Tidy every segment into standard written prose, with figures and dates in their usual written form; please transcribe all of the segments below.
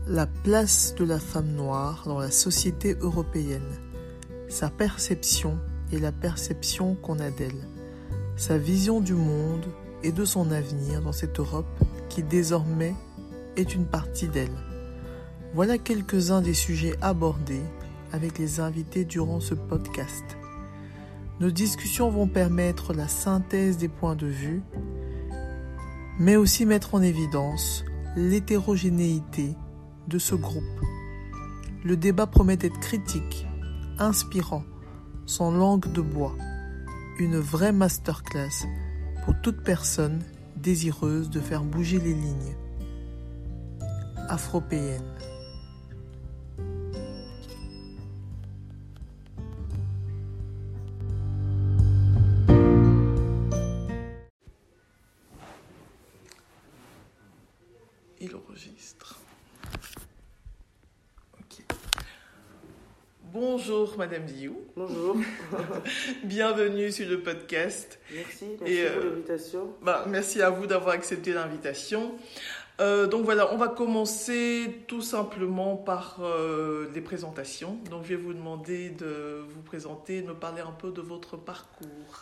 La place de la femme noire dans la société européenne, sa perception et la perception qu'on a d'elle, sa vision du monde et de son avenir dans cette Europe qui désormais est une partie d'elle. Voilà quelques-uns des sujets abordés avec les invités durant ce podcast. Nos discussions vont permettre la synthèse des points de vue, mais aussi mettre en évidence l'hétérogénéité de ce groupe. Le débat promet d'être critique, inspirant, sans langue de bois. Une vraie masterclass pour toute personne désireuse de faire bouger les lignes. Afropéenne. Il enregistre. Ok. Bonjour Madame Diou. Bonjour. Bienvenue sur le podcast. Merci pour l'invitation. Merci à vous d'avoir accepté l'invitation. Donc voilà, on va commencer tout simplement par les présentations. Donc je vais vous demander de vous présenter, de me parler un peu de votre parcours.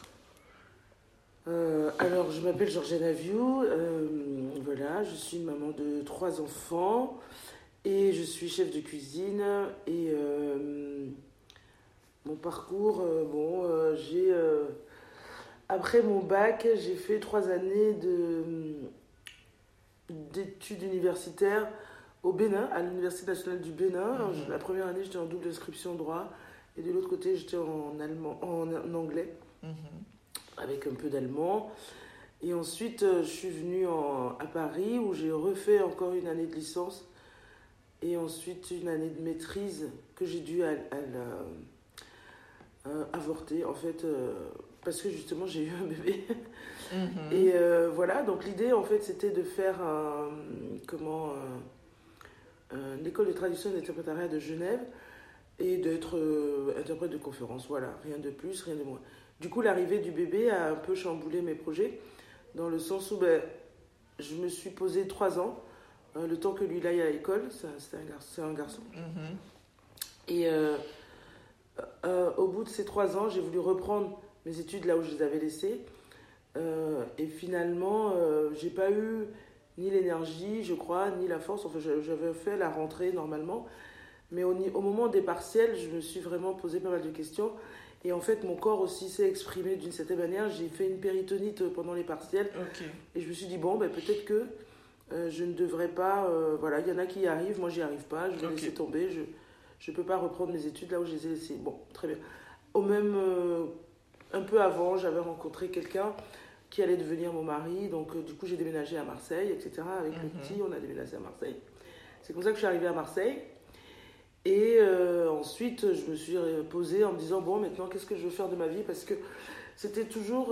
Alors, je m'appelle Georgène Aviou, voilà, je suis une maman de 3 enfants et je suis chef de cuisine. Et mon parcours, après mon bac, j'ai fait 3 années d'études universitaires au Bénin, à l'Université nationale du Bénin. Mmh. La première année, j'étais en double inscription droit et de l'autre côté, j'étais en anglais. Mmh. Avec un peu d'allemand. Et ensuite, je suis venue à Paris où j'ai refait encore une année de licence et ensuite une année de maîtrise que j'ai dû avorter, en fait, parce que justement, j'ai eu un bébé. Mm-hmm. Et voilà, donc l'idée, en fait, c'était de faire une école de traduction et d'interprétariat de Genève et d'être interprète de conférence. Voilà, rien de plus, rien de moins. Du coup, l'arrivée du bébé a un peu chamboulé mes projets, dans le sens où je me suis posé 3 ans, le temps que lui il aille à l'école, c'est un garçon. Mm-hmm. Et au bout de ces 3 ans, j'ai voulu reprendre mes études là où je les avais laissées. Et finalement, j'ai pas eu ni l'énergie, je crois, ni la force. Enfin, j'avais fait la rentrée normalement. Mais au moment des partiels, je me suis vraiment posé pas mal de questions. Et en fait, mon corps aussi s'est exprimé d'une certaine manière. J'ai fait une péritonite pendant les partiels. Okay. Et je me suis dit, peut-être que je ne devrais pas... voilà, il y en a qui y arrivent, moi, j'y arrive pas. Je vais laisser tomber. Je ne peux pas reprendre mes études là où je les ai laissées. Bon, très bien. Un peu avant, j'avais rencontré quelqu'un qui allait devenir mon mari. Donc, du coup, j'ai déménagé à Marseille, etc. Avec le petit, on a déménagé à Marseille. C'est comme ça que je suis arrivée à Marseille. Et ensuite, je me suis posée en me disant, maintenant, qu'est-ce que je veux faire de ma vie ? Parce que c'était toujours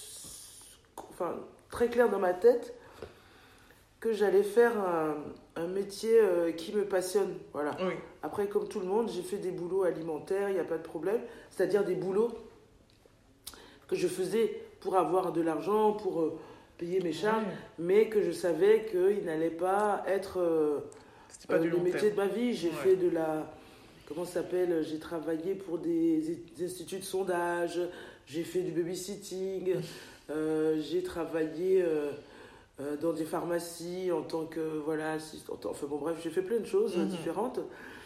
très clair dans ma tête que j'allais faire un métier qui me passionne. Voilà. Oui. Après, comme tout le monde, j'ai fait des boulots alimentaires, il n'y a pas de problème. C'est-à-dire des boulots que je faisais pour avoir de l'argent, pour payer mes charges, mais que je savais qu'ils n'allaient pas être... le métier de ma vie. J'ai fait de la... Comment ça s'appelle ? J'ai travaillé pour des instituts de sondage, j'ai fait du babysitting, j'ai travaillé dans des pharmacies en tant que assistante. Enfin j'ai fait plein de choses différentes.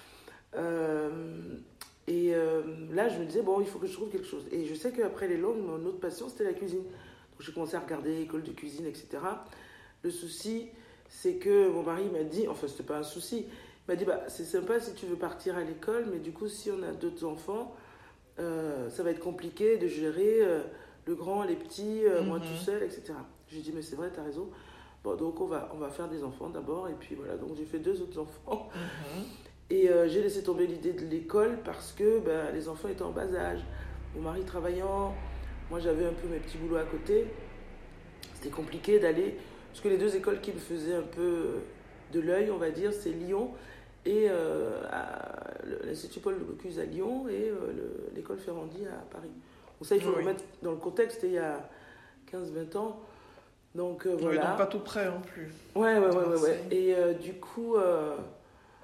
Là, je me disais, il faut que je trouve quelque chose. Et je sais qu'après les langues, mon autre passion, c'était la cuisine. Donc j'ai commencé à regarder école de cuisine, etc. Le souci... c'est que mon mari m'a dit, c'était pas un souci, il m'a dit, c'est sympa si tu veux partir à l'école, mais du coup, si on a d'autres enfants, ça va être compliqué de gérer le grand, les petits, moi tout seul, etc. J'ai dit, mais c'est vrai, t'as raison. Donc on va faire des enfants d'abord, et puis voilà, donc j'ai fait 2 autres enfants. Et j'ai laissé tomber l'idée de l'école parce que les enfants étaient en bas âge. Mon mari travaillant, moi j'avais un peu mes petits boulots à côté. C'était compliqué d'aller... Parce que les 2 écoles qui me faisaient un peu de l'œil, on va dire, c'est Lyon et l'Institut Paul Bocuse à Lyon et l'école Ferrandi à Paris. Donc ça, il faut le remettre dans le contexte, c'était il y a 15-20 ans. Donc voilà. Donc pas tout près non plus. Ouais. Et du coup,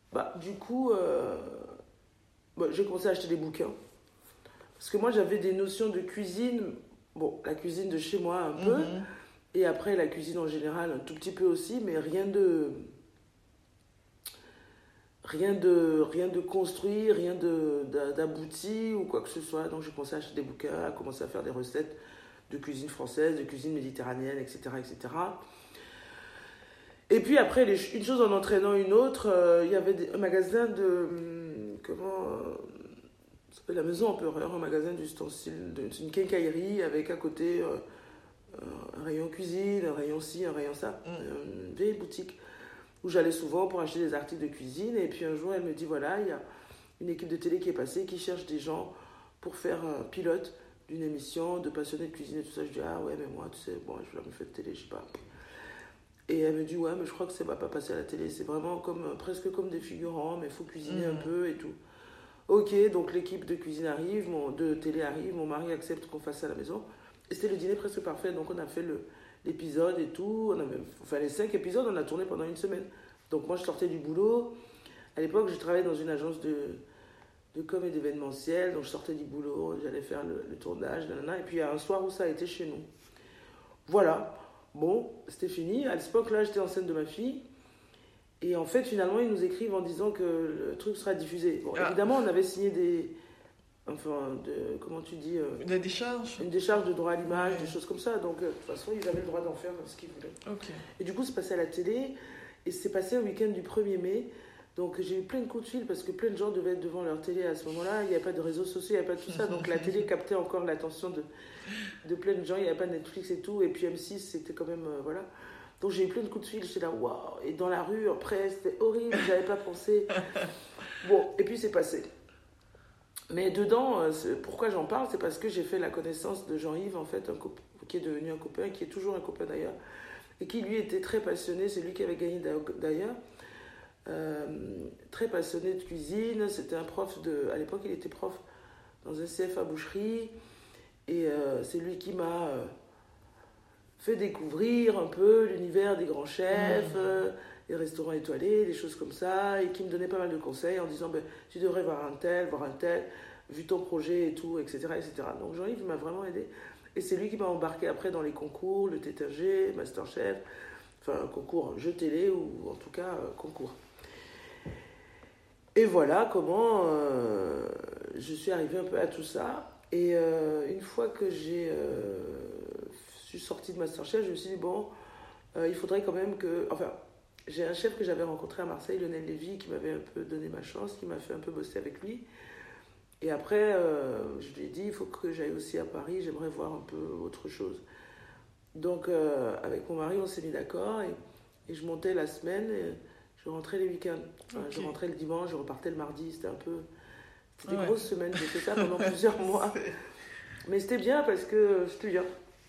Du coup, j'ai commencé à acheter des bouquins. Parce que moi, j'avais des notions de cuisine. Bon, la cuisine de chez moi un peu. Et après, la cuisine en général, un tout petit peu aussi. Mais rien de construit, rien d'abouti ou quoi que ce soit. Donc j'ai commencé à acheter des bouquins, à commencer à faire des recettes de cuisine française, de cuisine méditerranéenne, etc. etc. Et puis après, une chose en entraînant une autre, il y avait un magasin de... ça s'appelle la Maison Empereur, un magasin d'ustensiles, une quincaillerie avec à côté un rayon cuisine, un rayon ci, un rayon ça, une vieille boutique où j'allais souvent pour acheter des articles de cuisine. Et puis un jour, elle me dit, voilà, il y a une équipe de télé qui est passée, qui cherche des gens pour faire un pilote d'une émission de passionnés de cuisine et tout ça. Je dis, ah ouais, mais moi, tu sais, bon, je vais me faire de télé, je sais pas. Et elle me dit, ouais, mais je crois que ça va pas passer à la télé. C'est vraiment presque comme des figurants, mais il faut cuisiner un peu et tout. Ok, donc l'équipe de cuisine arrive, de télé arrive, mon mari accepte qu'on fasse ça à la maison. Et c'était le dîner presque parfait, donc on a fait l'épisode et tout. Les 5 épisodes, on a tourné pendant une semaine. Donc moi, je sortais du boulot. À l'époque, je travaillais dans une agence de com et d'événementiel, donc je sortais du boulot, j'allais faire le tournage, nanana. Et puis il y a un soir où ça a été chez nous. Voilà. Bon, c'était fini. À l'époque, là, j'étais enceinte de ma fille. Et en fait, finalement, ils nous écrivent en disant que le truc sera diffusé. Bon, évidemment, on avait signé comment tu dis Une décharge. Une décharge de droit à l'image, des choses comme ça. Donc, de toute façon, ils avaient le droit d'en faire ce qu'ils voulaient. Okay. Et du coup, c'est passé à la télé. Et c'est passé au week-end du 1er mai. Donc, j'ai eu plein de coups de fil parce que plein de gens devaient être devant leur télé à ce moment-là. Il n'y avait pas de réseaux sociaux, il n'y avait pas de tout ça. Donc, la télé captait encore l'attention de plein de gens. Il n'y avait pas de Netflix et tout. Et puis, M6, c'était quand même... voilà. Donc, j'ai eu plein de coups de fil. J'étais là, waouh. Et dans la rue, après, c'était horrible. Je n'avais pas pensé. Bon, et puis, c'est passé. Mais dedans, pourquoi j'en parle, c'est parce que j'ai fait la connaissance de Jean-Yves, en fait, qui est devenu un copain, qui est toujours un copain d'ailleurs, et qui lui était très passionné, c'est lui qui avait gagné d'ailleurs, très passionné de cuisine. C'était un prof à l'époque, il était prof dans un CFA boucherie, et c'est lui qui m'a fait découvrir un peu l'univers des grands chefs, les restaurants étoilés, des choses comme ça, et qui me donnait pas mal de conseils en disant tu devrais voir un tel, vu ton projet et tout, etc. etc. Donc Jean-Yves m'a vraiment aidé. Et c'est lui qui m'a embarqué après dans les concours, le TTG, Masterchef, enfin concours jeux télé ou en tout cas concours. Et voilà comment je suis arrivée un peu à tout ça. Et une fois que je suis sortie de Masterchef, je me suis dit il faudrait quand même que... Enfin, j'ai un chef que j'avais rencontré à Marseille, Lionel Lévy, qui m'avait un peu donné ma chance, qui m'a fait un peu bosser avec lui. Et après, je lui ai dit, il faut que j'aille aussi à Paris, j'aimerais voir un peu autre chose. Donc, avec mon mari, on s'est mis d'accord et je montais la semaine et je rentrais les week-ends. Enfin, je rentrais le dimanche, je repartais le mardi. C'était des grosses semaines, j'ai fait ça pendant plusieurs mois. Mais c'était bien parce que, je te dis,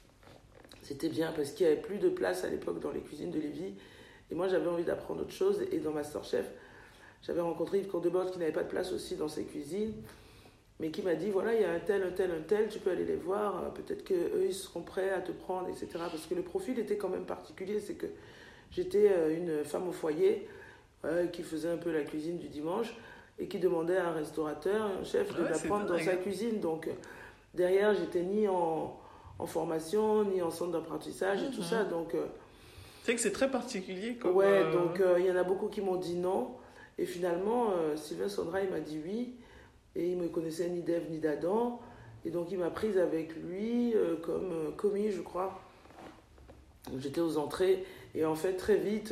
c'était bien parce qu'il n'y avait plus de place à l'époque dans les cuisines de Lévy. Et moi, j'avais envie d'apprendre autre chose. Et dans Masterchef, j'avais rencontré Yves Courdebord qui n'avait pas de place aussi dans ses cuisines, mais qui m'a dit, voilà, il y a un tel, tu peux aller les voir, peut-être qu'eux, ils seront prêts à te prendre, etc. Parce que le profil était quand même particulier, c'est que j'étais une femme au foyer qui faisait un peu la cuisine du dimanche et qui demandait à un restaurateur, un chef, de la prendre dans sa cuisine. Donc, derrière, j'étais ni en formation, ni en centre d'apprentissage et tout ça, donc... c'est que c'est très particulier. Donc il y en a beaucoup qui m'ont dit non. Et finalement, Sylvain Sondra, il m'a dit oui. Et il ne me connaissait ni d'Ève ni d'Adam. Et donc il m'a prise avec lui comme commis, je crois. Donc, j'étais aux entrées. Et en fait, très vite,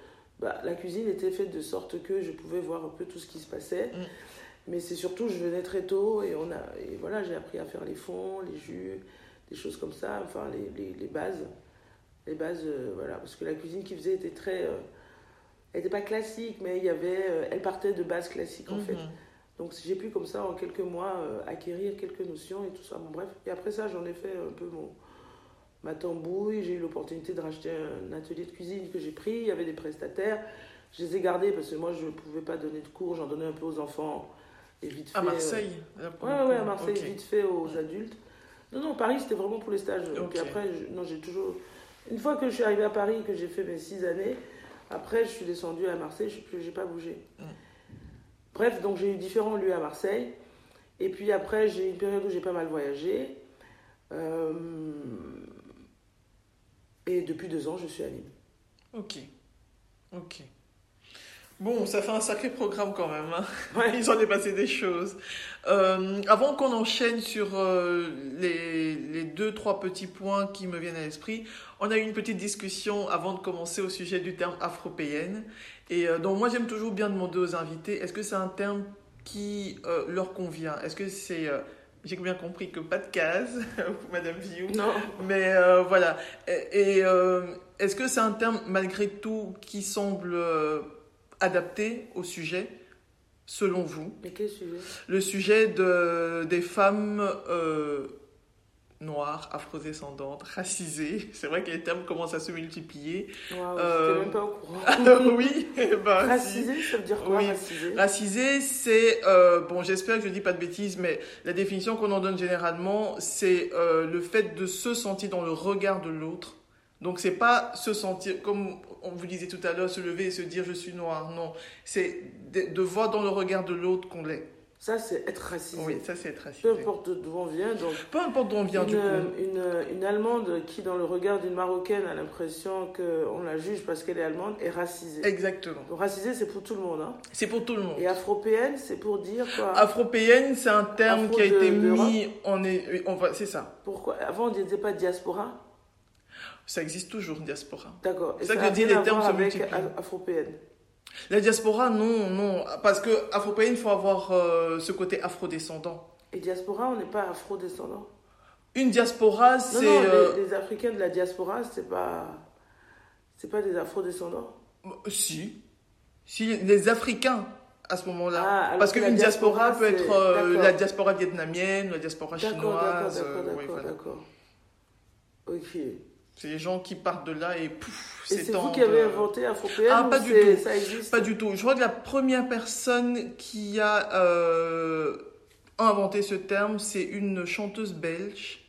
la cuisine était faite de sorte que je pouvais voir un peu tout ce qui se passait. Mais c'est surtout, je venais très tôt. Et voilà, j'ai appris à faire les fonds, les jus, des choses comme ça. Enfin, les bases. Les bases, voilà, parce que la cuisine qu'ils faisaient était très... elle n'était pas classique, mais elle partait de bases classiques, en fait. Donc j'ai pu, comme ça, en quelques mois, acquérir quelques notions et tout ça. Bon, bref. Et après ça, j'en ai fait un peu ma tambouille. J'ai eu l'opportunité de racheter un atelier de cuisine que j'ai pris. Il y avait des prestataires. Je les ai gardés parce que moi, je ne pouvais pas donner de cours. J'en donnais un peu aux enfants. Et vite fait... À Marseille Ouais, à Marseille, vite fait aux adultes. Non, Paris, c'était vraiment pour les stages. Et après, j'ai toujours... Une fois que je suis arrivée à Paris, que j'ai fait mes 6 années, après je suis descendue à Marseille, je n'ai pas bougé. Bref, donc j'ai eu différents lieux à Marseille. Et puis après, j'ai eu une période où j'ai pas mal voyagé. Et depuis 2 ans, je suis à Nîmes. Ok. Bon, ça fait un sacré programme quand même. Hein. Ouais. Ils ont dépassé des choses. Avant qu'on enchaîne sur les 2-3 petits points qui me viennent à l'esprit, on a eu une petite discussion avant de commencer au sujet du terme afropéenne. Et donc moi j'aime toujours bien demander aux invités, est-ce que c'est un terme qui leur convient? Est-ce que c'est... j'ai bien compris que pas de case, Madame Viou. Non. Mais voilà. Est-ce que c'est un terme malgré tout qui semble... adapté au sujet, selon vous? Mais quel sujet? Le sujet des femmes noires, afrodescendantes, racisées. C'est vrai que les termes commencent à se multiplier. Wow, j'étais même pas au courant. Oui. Racisé, ça veut dire quoi, oui. racisé? Racisé, c'est... bon, j'espère que je ne dis pas de bêtises, mais la définition qu'on en donne généralement, c'est le fait de se sentir dans le regard de l'autre. Donc, c'est pas se sentir, comme on vous disait tout à l'heure, se lever et se dire je suis noir. Non, c'est de voir dans le regard de l'autre qu'on l'est. Ça, c'est être racisé. Oui, ça, c'est être racisé. Peu importe d'où on vient. Donc, peu importe d'où on vient, du coup. Une Allemande qui, dans le regard d'une Marocaine, a l'impression qu'on la juge parce qu'elle est allemande, est racisée. Exactement. Donc, racisé, c'est pour tout le monde. Hein. C'est pour tout le monde. Et afropéenne, c'est pour dire quoi? Afropéenne, c'est un terme qui a été mis en... C'est ça. Pourquoi? Avant, on ne disait pas diaspora? Ça existe toujours, diaspora. D'accord. C'est ça que je dis, les termes se multiplient. Afropéenne. La diaspora, non. Parce que afropéenne, il faut avoir ce côté afrodescendant. Et diaspora, on n'est pas afrodescendant? Une diaspora, c'est... Non, les Africains de la diaspora, c'est pas des afrodescendants? Si, les Africains, à ce moment-là. Ah, parce qu'une diaspora peut être la diaspora vietnamienne, la diaspora chinoise. D'accord. Ok. C'est les gens qui partent de là et pouf, c'est vous qui avez inventé Afropéenne? Ah, pas du tout. Ça existe? Pas du tout. Je crois que la première personne qui a inventé ce terme, c'est une chanteuse belge.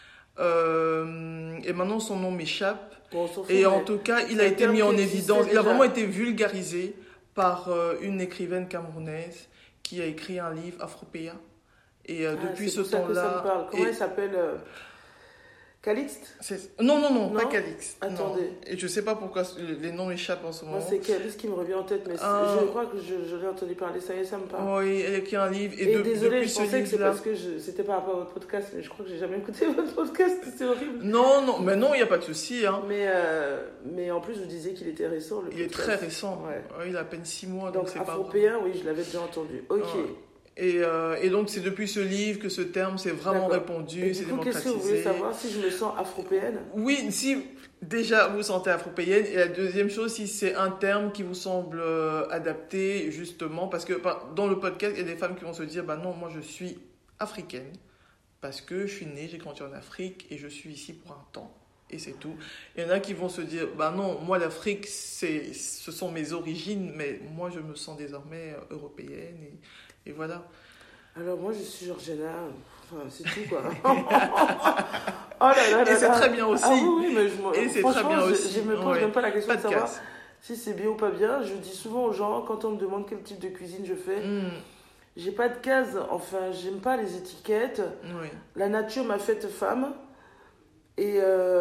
Et maintenant, son nom m'échappe. Bon, et en tout cas, il a été mis en évidence. Il a vraiment été vulgarisé par une écrivaine camerounaise qui a écrit un livre, Afropéa. Et depuis ce temps-là... Comment elle s'appelle Calixte? Non, pas Calixte. Attendez. Non. Et je sais pas pourquoi les noms m'échappent en ce moment. Moi, c'est Calixte qui me revient en tête, mais je crois que je l'ai entendu parler, ça y est, ça me parle. Oui, elle a écrit un livre. Et désolé, je pensais que c'est parce que c'était par rapport à votre podcast, mais je crois que j'ai jamais écouté votre podcast, c'est horrible. Non, mais non, il n'y a pas de souci. Hein. Mais en plus, vous disiez qu'il était récent. Il est très récent. Ouais. Il a à peine 6 mois. Donc c'est Afropéen, oui, je l'avais déjà entendu. Ok. Ouais. Et donc, c'est depuis ce livre que ce terme s'est vraiment répandu, s'est démocratisé. Qu'est-ce que vous voulez savoir si je me sens afropéenne? Oui, si déjà vous vous sentez afropéenne. Et la deuxième chose, si c'est un terme qui vous semble adapté, justement, parce que dans le podcast, il y a des femmes qui vont se dire, non, moi je suis africaine, parce que je suis née, j'ai grandi en Afrique, et je suis ici pour un temps. Et c'est tout. Il y en a qui vont se dire, non, moi l'Afrique, ce sont mes origines, mais moi je me sens désormais européenne, et voilà. Alors moi je suis Georgiana, enfin c'est tout quoi. Oh là, et c'est très bien aussi. Ah oui, mais et c'est très bien aussi. Je me pose même pas la question de savoir si c'est bien ou pas bien. Je dis souvent aux gens, quand on me demande quel type de cuisine je fais, j'ai pas de case, enfin j'aime pas les étiquettes. Oui. La nature m'a faite femme. Et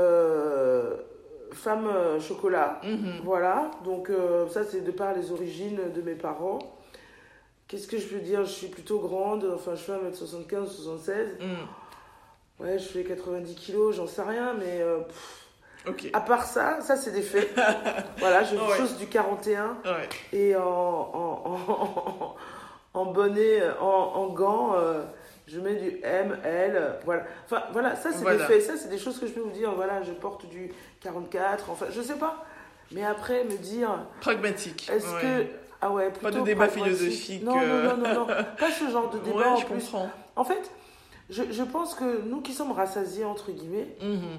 femme chocolat, voilà, donc ça c'est de par les origines de mes parents. Qu'est-ce que je peux dire? Je suis plutôt grande, enfin je fais 1m75, 76, ouais je fais 90 kilos, j'en sais rien, mais okay. À part ça c'est des faits. Voilà, je chausse du 41 et en bonnet, en gants, je mets du M, L, voilà. Enfin, voilà, ça c'est des faits, ça c'est des choses que je peux vous dire, voilà, je porte du 44, enfin, je sais pas. Mais après, me dire... Pragmatique. Est-ce que... Ah ouais, plutôt pas de débat philosophique. Non, pas ce genre de débat en je plus. Comprends. En fait, je pense que nous qui sommes rassasiés, entre guillemets,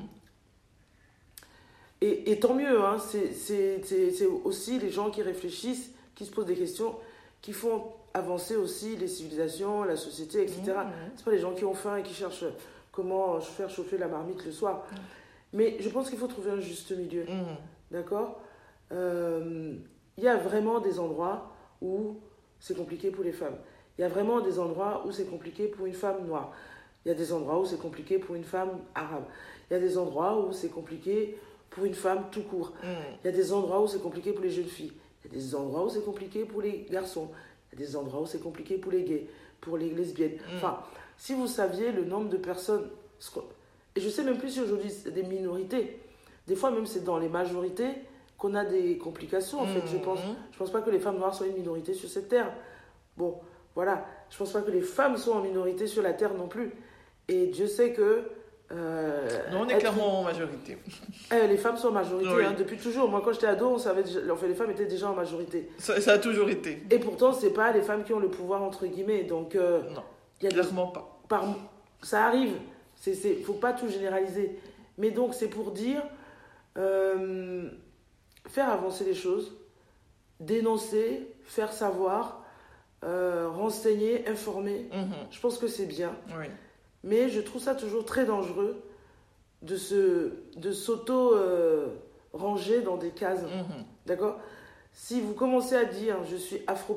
et tant mieux, hein, c'est aussi les gens qui réfléchissent, qui se posent des questions, qui font avancer aussi les civilisations, la société, etc. C'est pas les gens qui ont faim et qui cherchent comment faire chauffer la marmite le soir. Mais je pense qu'il faut trouver un juste milieu. D'accord? Il y a vraiment des endroits où c'est compliqué pour les femmes. Il y a vraiment des endroits où c'est compliqué pour une femme noire. Il y a des endroits où c'est compliqué pour une femme arabe. Il y a des endroits où c'est compliqué pour une femme tout court. Il y a des endroits où c'est compliqué pour les jeunes filles. Il y a des endroits où c'est compliqué pour les garçons. Il y a des endroits où c'est compliqué pour les gays, pour les lesbiennes. Enfin, si vous saviez le nombre de personnes... Et je sais même plus si aujourd'hui c'est des minorités. Des fois même c'est dans les majorités qu'on a des complications en fait. Je pense pas que les femmes noires soient une minorité sur cette terre. Bon, voilà. Je pense pas que les femmes soient en minorité sur la terre non plus. Et Dieu sait que... non, on est clairement en majorité. Les femmes sont en majorité, Oui. depuis toujours. Moi, quand j'étais ado, on savait déjà, enfin, les femmes étaient déjà en majorité. Ça a toujours été. Et pourtant, c'est pas les femmes qui ont le pouvoir, entre guillemets. Donc, non, y a clairement pas. Ça arrive. Faut pas tout généraliser. Mais donc, c'est pour dire faire avancer les choses, dénoncer, faire savoir, renseigner, informer. Je pense que c'est bien. Oui. Mais je trouve ça toujours très dangereux de s'auto-ranger dans des cases. D'accord ? Si vous commencez à dire « je suis afropéenne »,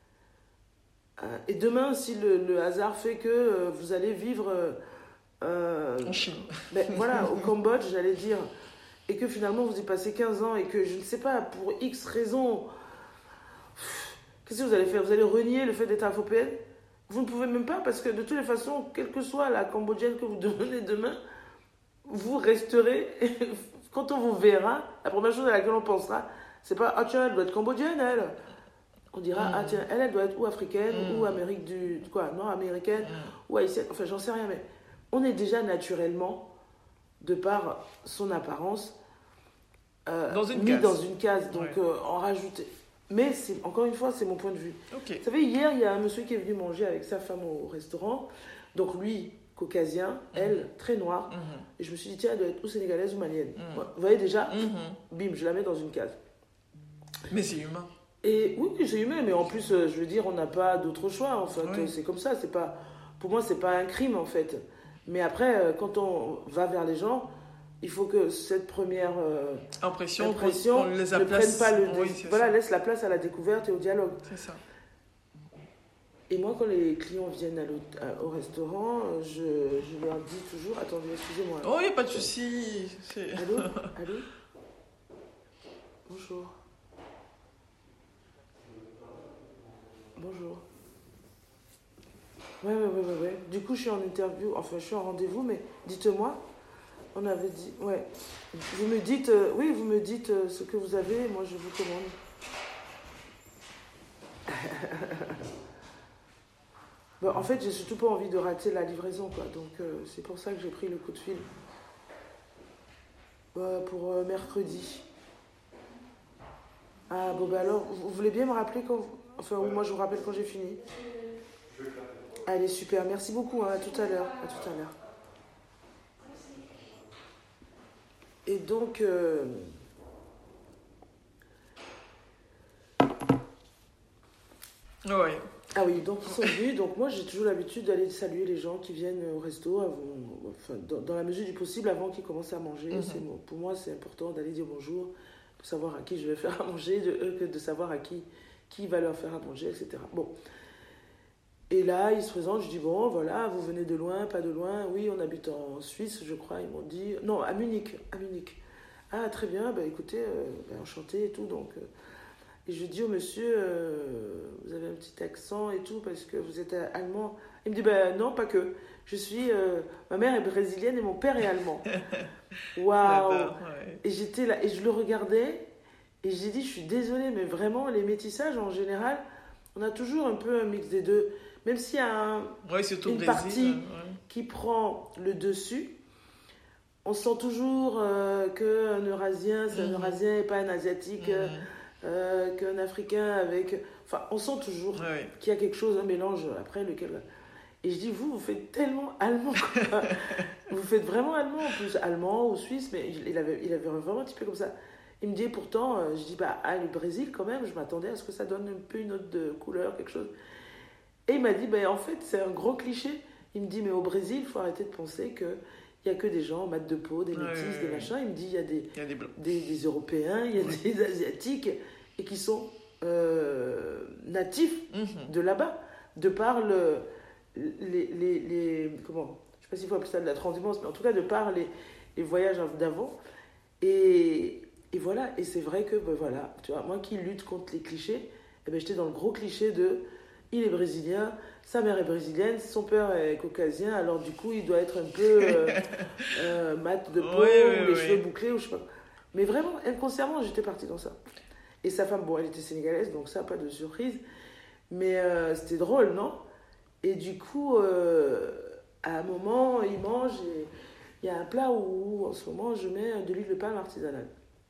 et demain, si le hasard fait que vous allez vivre... en Chine. Voilà, au Cambodge, j'allais dire, et que finalement vous y passez 15 ans et que, je ne sais pas, pour X raisons, qu'est-ce que vous allez faire ? Vous allez renier le fait d'être afropéenne ? Vous ne pouvez même pas, parce que de toutes les façons, quelle que soit la cambodgienne que vous devenez demain, vous resterez, quand on vous verra, la première chose à laquelle on pensera, c'est pas « ah tiens, elle doit être cambodgienne, elle ». On dira « ah tiens, elle doit être ou africaine, ou Amérique nord-américaine, ou haïtienne », enfin j'en sais rien, mais on est déjà naturellement, de par son apparence, dans une mis case. dans une case, donc en rajouter. Mais encore une fois, c'est mon point de vue. Okay. Vous savez, hier, il y a un monsieur qui est venu manger avec sa femme au restaurant. Donc lui, caucasien, elle, très noire. Et je me suis dit, tiens, elle doit être ou sénégalaise ou malienne. Ouais, vous voyez déjà, bim, je la mets dans une case. Mais c'est humain. Et oui, c'est humain, mais en plus, je veux dire, on n'a pas d'autre choix. En fait, c'est comme ça. C'est pas, pour moi, c'est pas un crime, en fait. Mais après, quand on va vers les gens... Il faut que cette première impression ne prenne pas laisse la place à la découverte et au dialogue. C'est ça. Et moi, quand les clients viennent au restaurant, je leur dis toujours... Attendez, excusez-moi. Oh, il n'y a pas de souci. Allô ? Bonjour. Bonjour. Ouais. Du coup, je suis en interview, enfin, je suis en rendez-vous, mais dites-moi... On avait dit, ouais. Vous me dites, ce que vous avez, moi je vous commande. Bon, en fait, j'ai surtout pas envie de rater la livraison, quoi. Donc, c'est pour ça que j'ai pris le coup de fil. Pour mercredi. Ah, bon, alors, vous voulez bien me rappeler quand... Enfin, moi je vous rappelle quand j'ai fini. Allez, super. Merci beaucoup, hein. À tout à l'heure. Et donc, ah oui, donc ils sont venus. Donc moi, j'ai toujours l'habitude d'aller saluer les gens qui viennent au resto, dans la mesure du possible, avant qu'ils commencent à manger. Pour moi, c'est important d'aller dire bonjour, de savoir à qui je vais faire à manger, de savoir à qui va leur faire à manger, etc. Bon. Et là, ils se présentent, je dis, bon, voilà, vous venez de loin, pas de loin. Oui, on habite en Suisse, je crois, ils m'ont dit. Non, à Munich. Ah, très bien, écoutez, enchanté et tout. Donc, et je dis au monsieur, vous avez un petit accent et tout, parce que vous êtes allemand. Il me dit, non, pas que. Ma mère est brésilienne et mon père est allemand. Waouh. Et j'étais là, et je le regardais, et j'ai dit, je suis désolée, mais vraiment, les métissages, en général, on a toujours un peu un mix des deux. Même s'il y a une partie qui prend le dessus, on sent toujours qu'un Eurasien, c'est un Eurasien et pas un Asiatique, qu'un Africain avec... Enfin, on sent toujours qu'il y a quelque chose, un mélange après lequel... Et je dis, vous faites tellement allemand, quoi. Vous faites vraiment allemand, en plus, allemand ou suisse, mais il avait vraiment un petit peu comme ça. Il me dit, pourtant, je dis, le Brésil, quand même, je m'attendais à ce que ça donne un peu une autre couleur, quelque chose. Et il m'a dit, en fait, c'est un gros cliché. Il me dit, mais au Brésil, il faut arrêter de penser qu'il n'y a que des gens en mat de peau, des métis, des machins. Il me dit, il y a des Européens, il y a des Asiatiques, et qui sont natifs de là-bas, de par comment, je ne sais pas s'il faut appeler ça de la transhumance, mais en tout cas de par les voyages d'avant. Et voilà, et c'est vrai que, ben voilà, tu vois, moi qui lutte contre les clichés, eh ben, j'étais dans le gros cliché de il est brésilien, sa mère est brésilienne, son père est caucasien, alors du coup il doit être un peu mat de peau, ou les cheveux bouclés, ou je sais pas. Mais vraiment, inconsciemment, j'étais partie dans ça. Et sa femme, bon, elle était sénégalaise, donc ça, pas de surprise. Mais c'était drôle, non? Et du coup, à un moment, il mange, et il y a un plat où, en ce moment, je mets de l'huile de palme artisanale.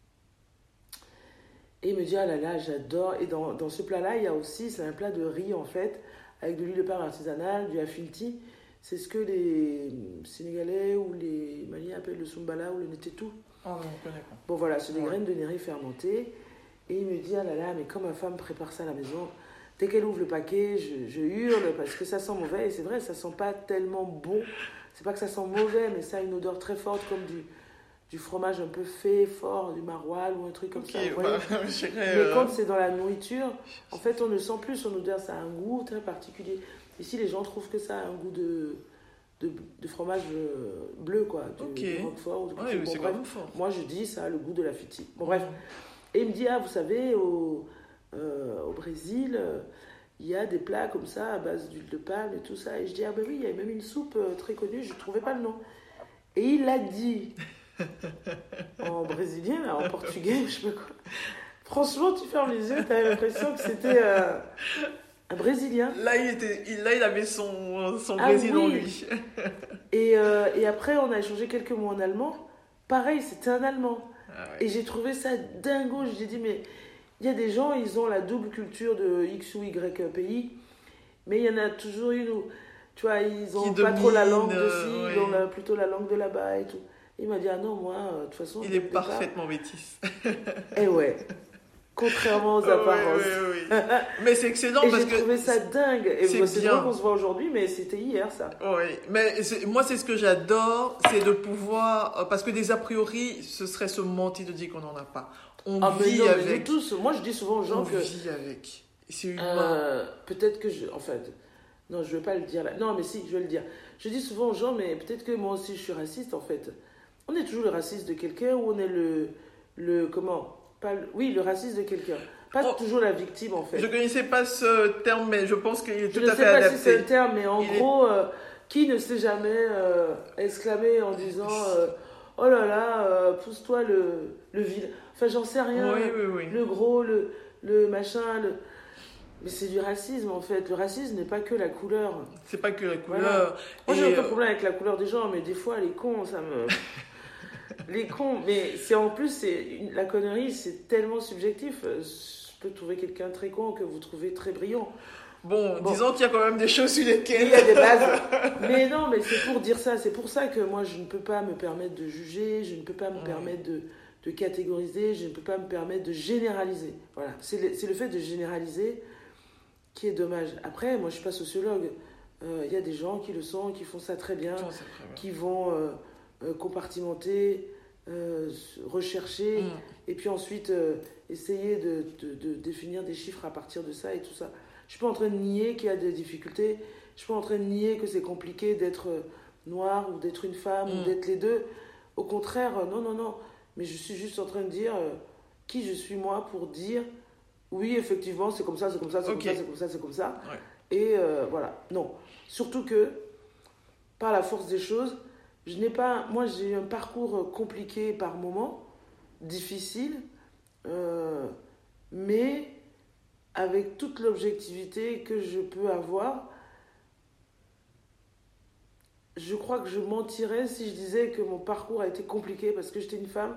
Et il me dit, ah là là, j'adore. Et dans ce plat-là, il y a aussi, c'est un plat de riz, en fait, avec de l'huile de palme artisanale, du afinti. C'est ce que les Sénégalais ou les Maliens appellent le sumbala ou le netetu. Ah non, on connaît pas. Bon, voilà, c'est des graines de neri fermentées. Et il me dit, ah là là, mais quand ma femme prépare ça à la maison, dès qu'elle ouvre le paquet, je hurle parce que ça sent mauvais. Et c'est vrai, ça sent pas tellement bon. C'est pas que ça sent mauvais, mais ça a une odeur très forte, comme du fromage un peu fait, fort, du maroilles ou un truc comme ça. Mais quand c'est dans la nourriture, en fait, on ne sent plus son odeur. Ça a un goût très particulier. Ici, les gens trouvent que ça a un goût de fromage bleu, quoi. De Roquefort. Ou oui, c'est bref, fort. Moi, je dis ça a le goût de la fiti. Bon, bref. Et il me dit, ah, vous savez, au Brésil, il y a des plats comme ça à base d'huile de palme et tout ça. Et je dis, ah ben oui, il y a même une soupe très connue, je ne trouvais pas le nom. Et il l'a dit en brésilien, en portugais, je sais pas quoi. Franchement, tu fermes les yeux, tu as l'impression que c'était un Brésilien. Là, il avait son Brésil en lui. Et après, on a échangé quelques mots en allemand. Pareil, c'était un Allemand. Ah ouais. Et j'ai trouvé ça dingo. J'ai dit, mais il y a des gens, ils ont la double culture de X ou Y pays, mais il y en a toujours une où, tu vois, ils ont pas trop la langue de ci, ils ont plutôt la langue de là-bas et tout. Et il m'a dit, ah non, moi, de toute façon... Il est parfaitement métis. Eh ouais, contrairement aux apparences. Oui. Mais c'est excellent parce que... j'ai trouvé ça dingue. Et c'est drôle qu'on se voit aujourd'hui, mais c'était hier, ça. Oui, mais moi, c'est ce que j'adore, c'est de pouvoir... Parce que des a priori, ce serait se mentir de dire qu'on n'en a pas. On vit avec. Mais tous, moi, je dis souvent aux gens on vit avec. C'est humain. Peut-être que en fait... Non, je ne veux pas le dire là. Non, mais si, je vais le dire. Je dis souvent aux gens, mais peut-être que moi aussi, je suis raciste, en fait. On est toujours le raciste de quelqu'un ou on est le comment pas oui, le raciste de quelqu'un. Pas toujours la victime, en fait. Je ne connaissais pas ce terme, mais je pense qu'il est tout à fait adapté. Je ne sais pas si c'est un terme, mais en gros, qui ne s'est jamais exclamé en disant oh là là, pousse-toi le vide. Enfin, j'en sais rien. Oui. Le gros, le machin, Mais c'est du racisme, en fait. Le racisme n'est pas que la couleur. C'est pas que la couleur. Voilà. Moi, j'ai aucun problème avec la couleur des gens, mais des fois, les cons, ça me... les cons, mais c'est en plus, la connerie, c'est tellement subjectif. Je peux trouver quelqu'un très con que vous trouvez très brillant. Bon, disons qu'il y a quand même des choses sur lesquelles... Il y a des bases. Mais non, mais c'est pour dire ça. C'est pour ça que moi, je ne peux pas me permettre de juger, je ne peux pas me permettre de catégoriser, je ne peux pas me permettre de généraliser. Voilà. C'est le fait de généraliser qui est dommage. Après, moi, je ne suis pas sociologue. Il y a des gens qui le sont, qui font ça très bien, qui vont compartimenter, rechercher, et puis ensuite essayer de définir des chiffres à partir de ça et tout ça. Je ne suis pas en train de nier qu'il y a des difficultés. Je ne suis pas en train de nier que c'est compliqué d'être noir ou d'être une femme ou d'être les deux. Au contraire, non. Mais je suis juste en train de dire qui je suis moi pour dire oui, effectivement, c'est comme ça, c'est comme ça, c'est comme ça, c'est comme ça, c'est comme ça. Ouais. Et voilà. Non. Surtout que, par la force des choses, moi, j'ai eu un parcours compliqué par moments, difficile, mais avec toute l'objectivité que je peux avoir, je crois que je mentirais si je disais que mon parcours a été compliqué parce que j'étais une femme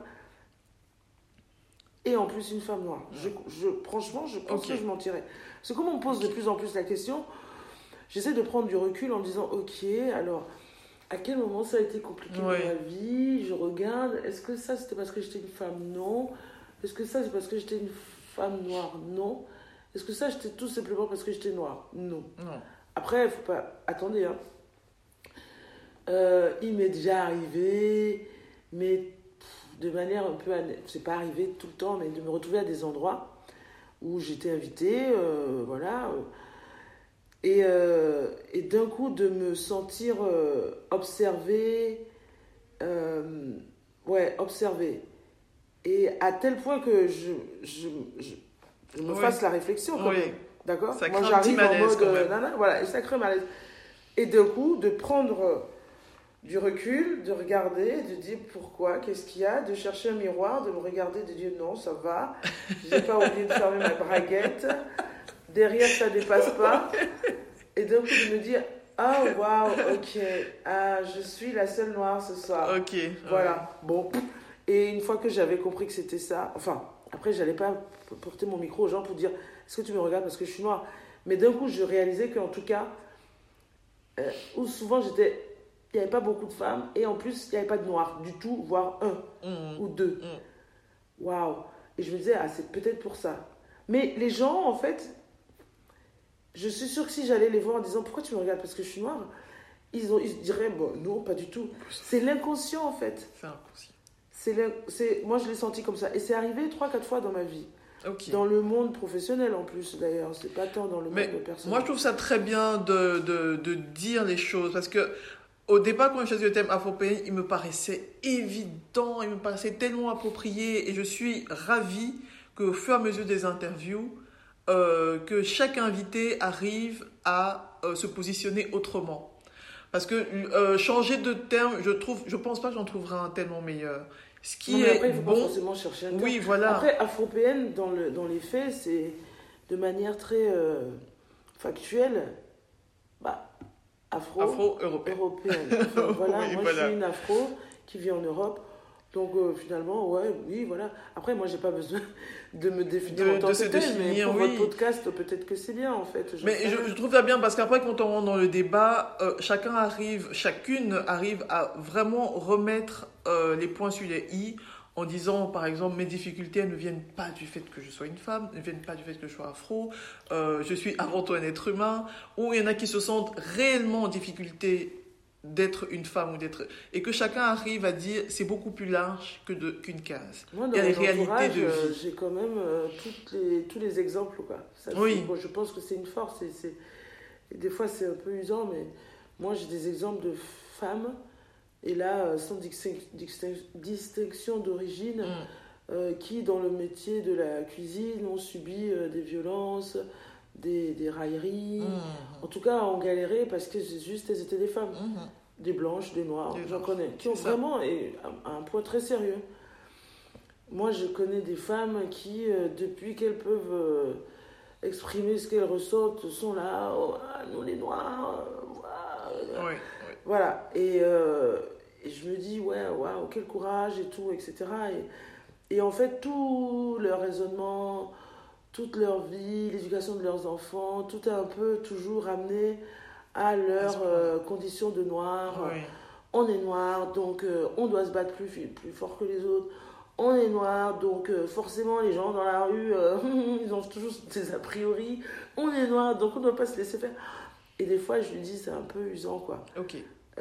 et en plus une femme noire. Franchement, je pense que je mentirais. Parce que comme on me pose de plus en plus la question, j'essaie de prendre du recul en me disant ok, alors à quel moment ça a été compliqué dans ma vie? Je regarde, est-ce que ça c'était parce que j'étais une femme? Non. Est-ce que ça c'est parce que j'étais une femme noire? Non. Est-ce que ça c'était tout simplement parce que j'étais noire? Non. Après, il faut pas... Attendez, hein. Il m'est déjà arrivé, mais de manière un peu... C'est pas arrivé tout le temps, mais de me retrouver à des endroits où j'étais invitée, voilà. Et d'un coup, de me sentir observée, observée. Et à tel point que je me fasse la réflexion quand même. D'accord ? Ça crée Moi, un petit j'arrive en malaise mode. quand même. Voilà, et ça crée un malaise. Et d'un coup, de prendre du recul, de regarder, de dire pourquoi, qu'est-ce qu'il y a, de chercher un miroir, de me regarder, de dire non, ça va, j'ai pas oublié de fermer ma braguette, derrière ça dépasse pas, et d'un coup de me dire ah waouh, ok, je suis la seule noire ce soir. Ok. Voilà, bon. Et une fois que j'avais compris que c'était ça, enfin, après j'allais pas porter mon micro aux gens pour dire est-ce que tu me regardes parce que je suis noire, mais d'un coup je réalisais qu'en tout cas, où souvent il n'y avait pas beaucoup de femmes et en plus il n'y avait pas de noirs du tout, voire un ou deux. Waouh! Et je me disais, c'est peut-être pour ça. Mais les gens, en fait, je suis sûre que si j'allais les voir en disant pourquoi tu me regardes parce que je suis noire, ils se diraient bon, non, pas du tout. C'est l'inconscient en fait. C'est inconscient. Moi je l'ai senti comme ça. Et c'est arrivé 3-4 fois dans ma vie. Okay. Dans le monde professionnel en plus d'ailleurs, c'est pas tant dans le monde personnel. Moi je trouve ça très bien de dire les choses parce que au départ quand j'ai choisi le thème afro-péen, il me paraissait évident, il me paraissait tellement approprié et je suis ravie qu'au fur et à mesure des interviews, que chaque invité arrive à se positionner autrement. Parce que changer de terme, je pense pas que j'en trouverai un tellement meilleur. Ce qui non, mais après, est il faut bon. pas forcément chercher un terme. Oui, voilà. Après, afro-péenne, dans les faits, c'est de manière très factuelle, Afro-européenne. Enfin, voilà, oui, moi voilà. je suis une afro qui vit en Europe. Donc finalement, oui, voilà. Après, moi, j'ai pas besoin de me définir en tant que tel, mais pour votre podcast, peut-être que c'est bien, en fait. Mais je trouve ça bien, parce qu'après, quand on rentre dans le débat, chacune arrive à vraiment remettre les points sur les i, en disant, par exemple, mes difficultés, elles ne viennent pas du fait que je sois une femme, ne viennent pas du fait que je sois afro, je suis avant tout un être humain, ou il y en a qui se sentent réellement en difficulté d'être une femme ou d'être... Et que chacun arrive à dire c'est beaucoup plus large qu'une case. Moi, il y a les réalités de vie. J'ai quand même tous les exemples, quoi. Ça, oui. Je pense que c'est une force. Et des fois, c'est un peu usant, mais moi, j'ai des exemples de femmes, et là, sans distinction d'origine, qui, dans le métier de la cuisine, ont subi des violences, des railleries, en tout cas ont galéré parce que juste elles étaient des femmes, des blanches, des noires, j'en connais, qui ont vraiment un point très sérieux. Moi je connais des femmes qui, depuis qu'elles peuvent exprimer ce qu'elles ressentent, sont là, nous les noirs, voilà, et je me dis waouh, quel courage et tout, etc. Et en fait tout leur raisonnement, toute leur vie, l'éducation de leurs enfants, tout est un peu toujours ramené à leurs conditions de noir. Oui. On est noir, donc on doit se battre plus fort que les autres. On est noir, donc forcément les gens dans la rue, ils ont toujours des a priori. On est noir, donc on ne doit pas se laisser faire. Et des fois, je lui dis, c'est un peu usant, quoi. Ok.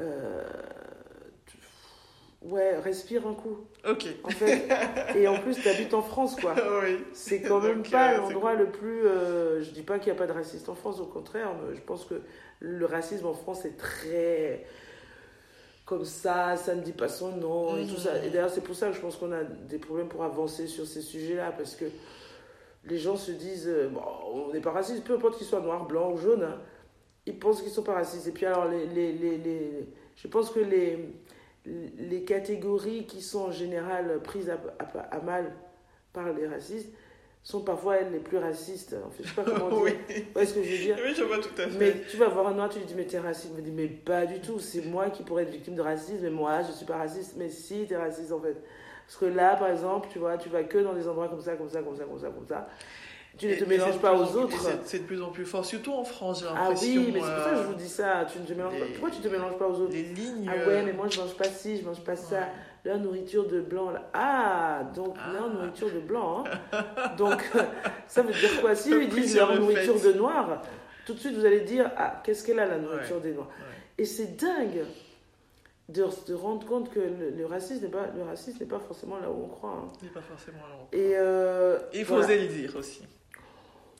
Respire un coup. Ok. En fait. Et en plus, tu habites en France, quoi. Oui. C'est quand même pas l'endroit le plus... je dis pas qu'il n'y a pas de racisme en France, au contraire. Je pense que le racisme en France est très... comme ça ne dit pas son nom, et tout ça. Et d'ailleurs, c'est pour ça que je pense qu'on a des problèmes pour avancer sur ces sujets-là, parce que les gens se disent, on n'est pas raciste, peu importe qu'ils soient noirs, blancs ou jaunes, hein, ils pensent qu'ils ne sont pas racistes. Et puis alors, je pense que les catégories qui sont en général prises à mal par les racistes sont parfois elles les plus racistes. En fait, je sais pas comment dire. Oui. Vous voyez ce que je veux dire? Oui, je vois tout à fait. Mais tu vas voir un noir, tu lui dis mais t'es raciste. Il me dit mais pas du tout. C'est moi qui pourrais être victime de racisme, mais moi je suis pas raciste. Mais si, t'es raciste en fait. Parce que là, par exemple, tu vois, tu vas que dans des endroits comme ça. Tu ne te mélanges pas aux autres. C'est de plus en plus fort, surtout en France, j'ai Ah l'impression. oui, mais c'est pour ça que je vous dis ça. Tu ne te mélanges pas. Pourquoi tu ne te mélanges pas aux autres? Les lignes. Ah ouais, mais moi je mange pas ci, je mange pas ça. Ouais. Leur nourriture de blanc, là. Ah, donc leur nourriture de blanc. Hein. Donc, ça veut dire quoi? Si ils disent leur nourriture de noir, tout de suite vous allez dire, qu'est-ce qu'elle a la nourriture des noirs? Et c'est dingue de se rendre compte que le racisme n'est pas forcément là où on croit. Hein. Il n'est pas forcément là où on croit. Et il faut oser le dire aussi.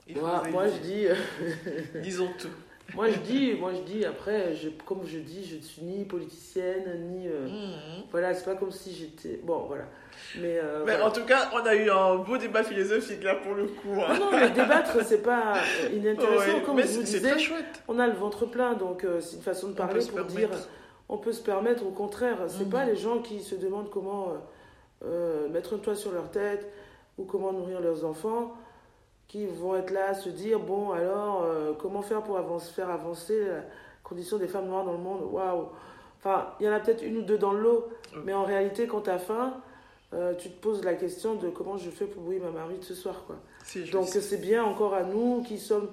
Moi, je dis... Disons tout. Moi je dis, après, comme je dis, je ne suis ni politicienne, ni... Voilà, c'est pas comme si j'étais... Bon, voilà. Mais voilà. En tout cas, on a eu un beau débat philosophique, là, pour le coup. Hein. Non, mais débattre, c'est pas inintéressant. Comme mais je vous disais, très chouette. On a le ventre plein, donc c'est une façon de parler pour dire... On peut se permettre, au contraire. C'est pas les gens qui se demandent comment mettre un toit sur leur tête ou comment nourrir leurs enfants qui vont être là à se dire, bon, alors, comment faire pour faire avancer la condition des femmes noires dans le monde. Waouh. Enfin, il y en a peut-être une ou deux dans le lot, mais en réalité, quand tu as faim, tu te poses la question de comment je fais pour bouillir ma marmite ce soir, quoi. Donc, c'est bien encore à nous qui sommes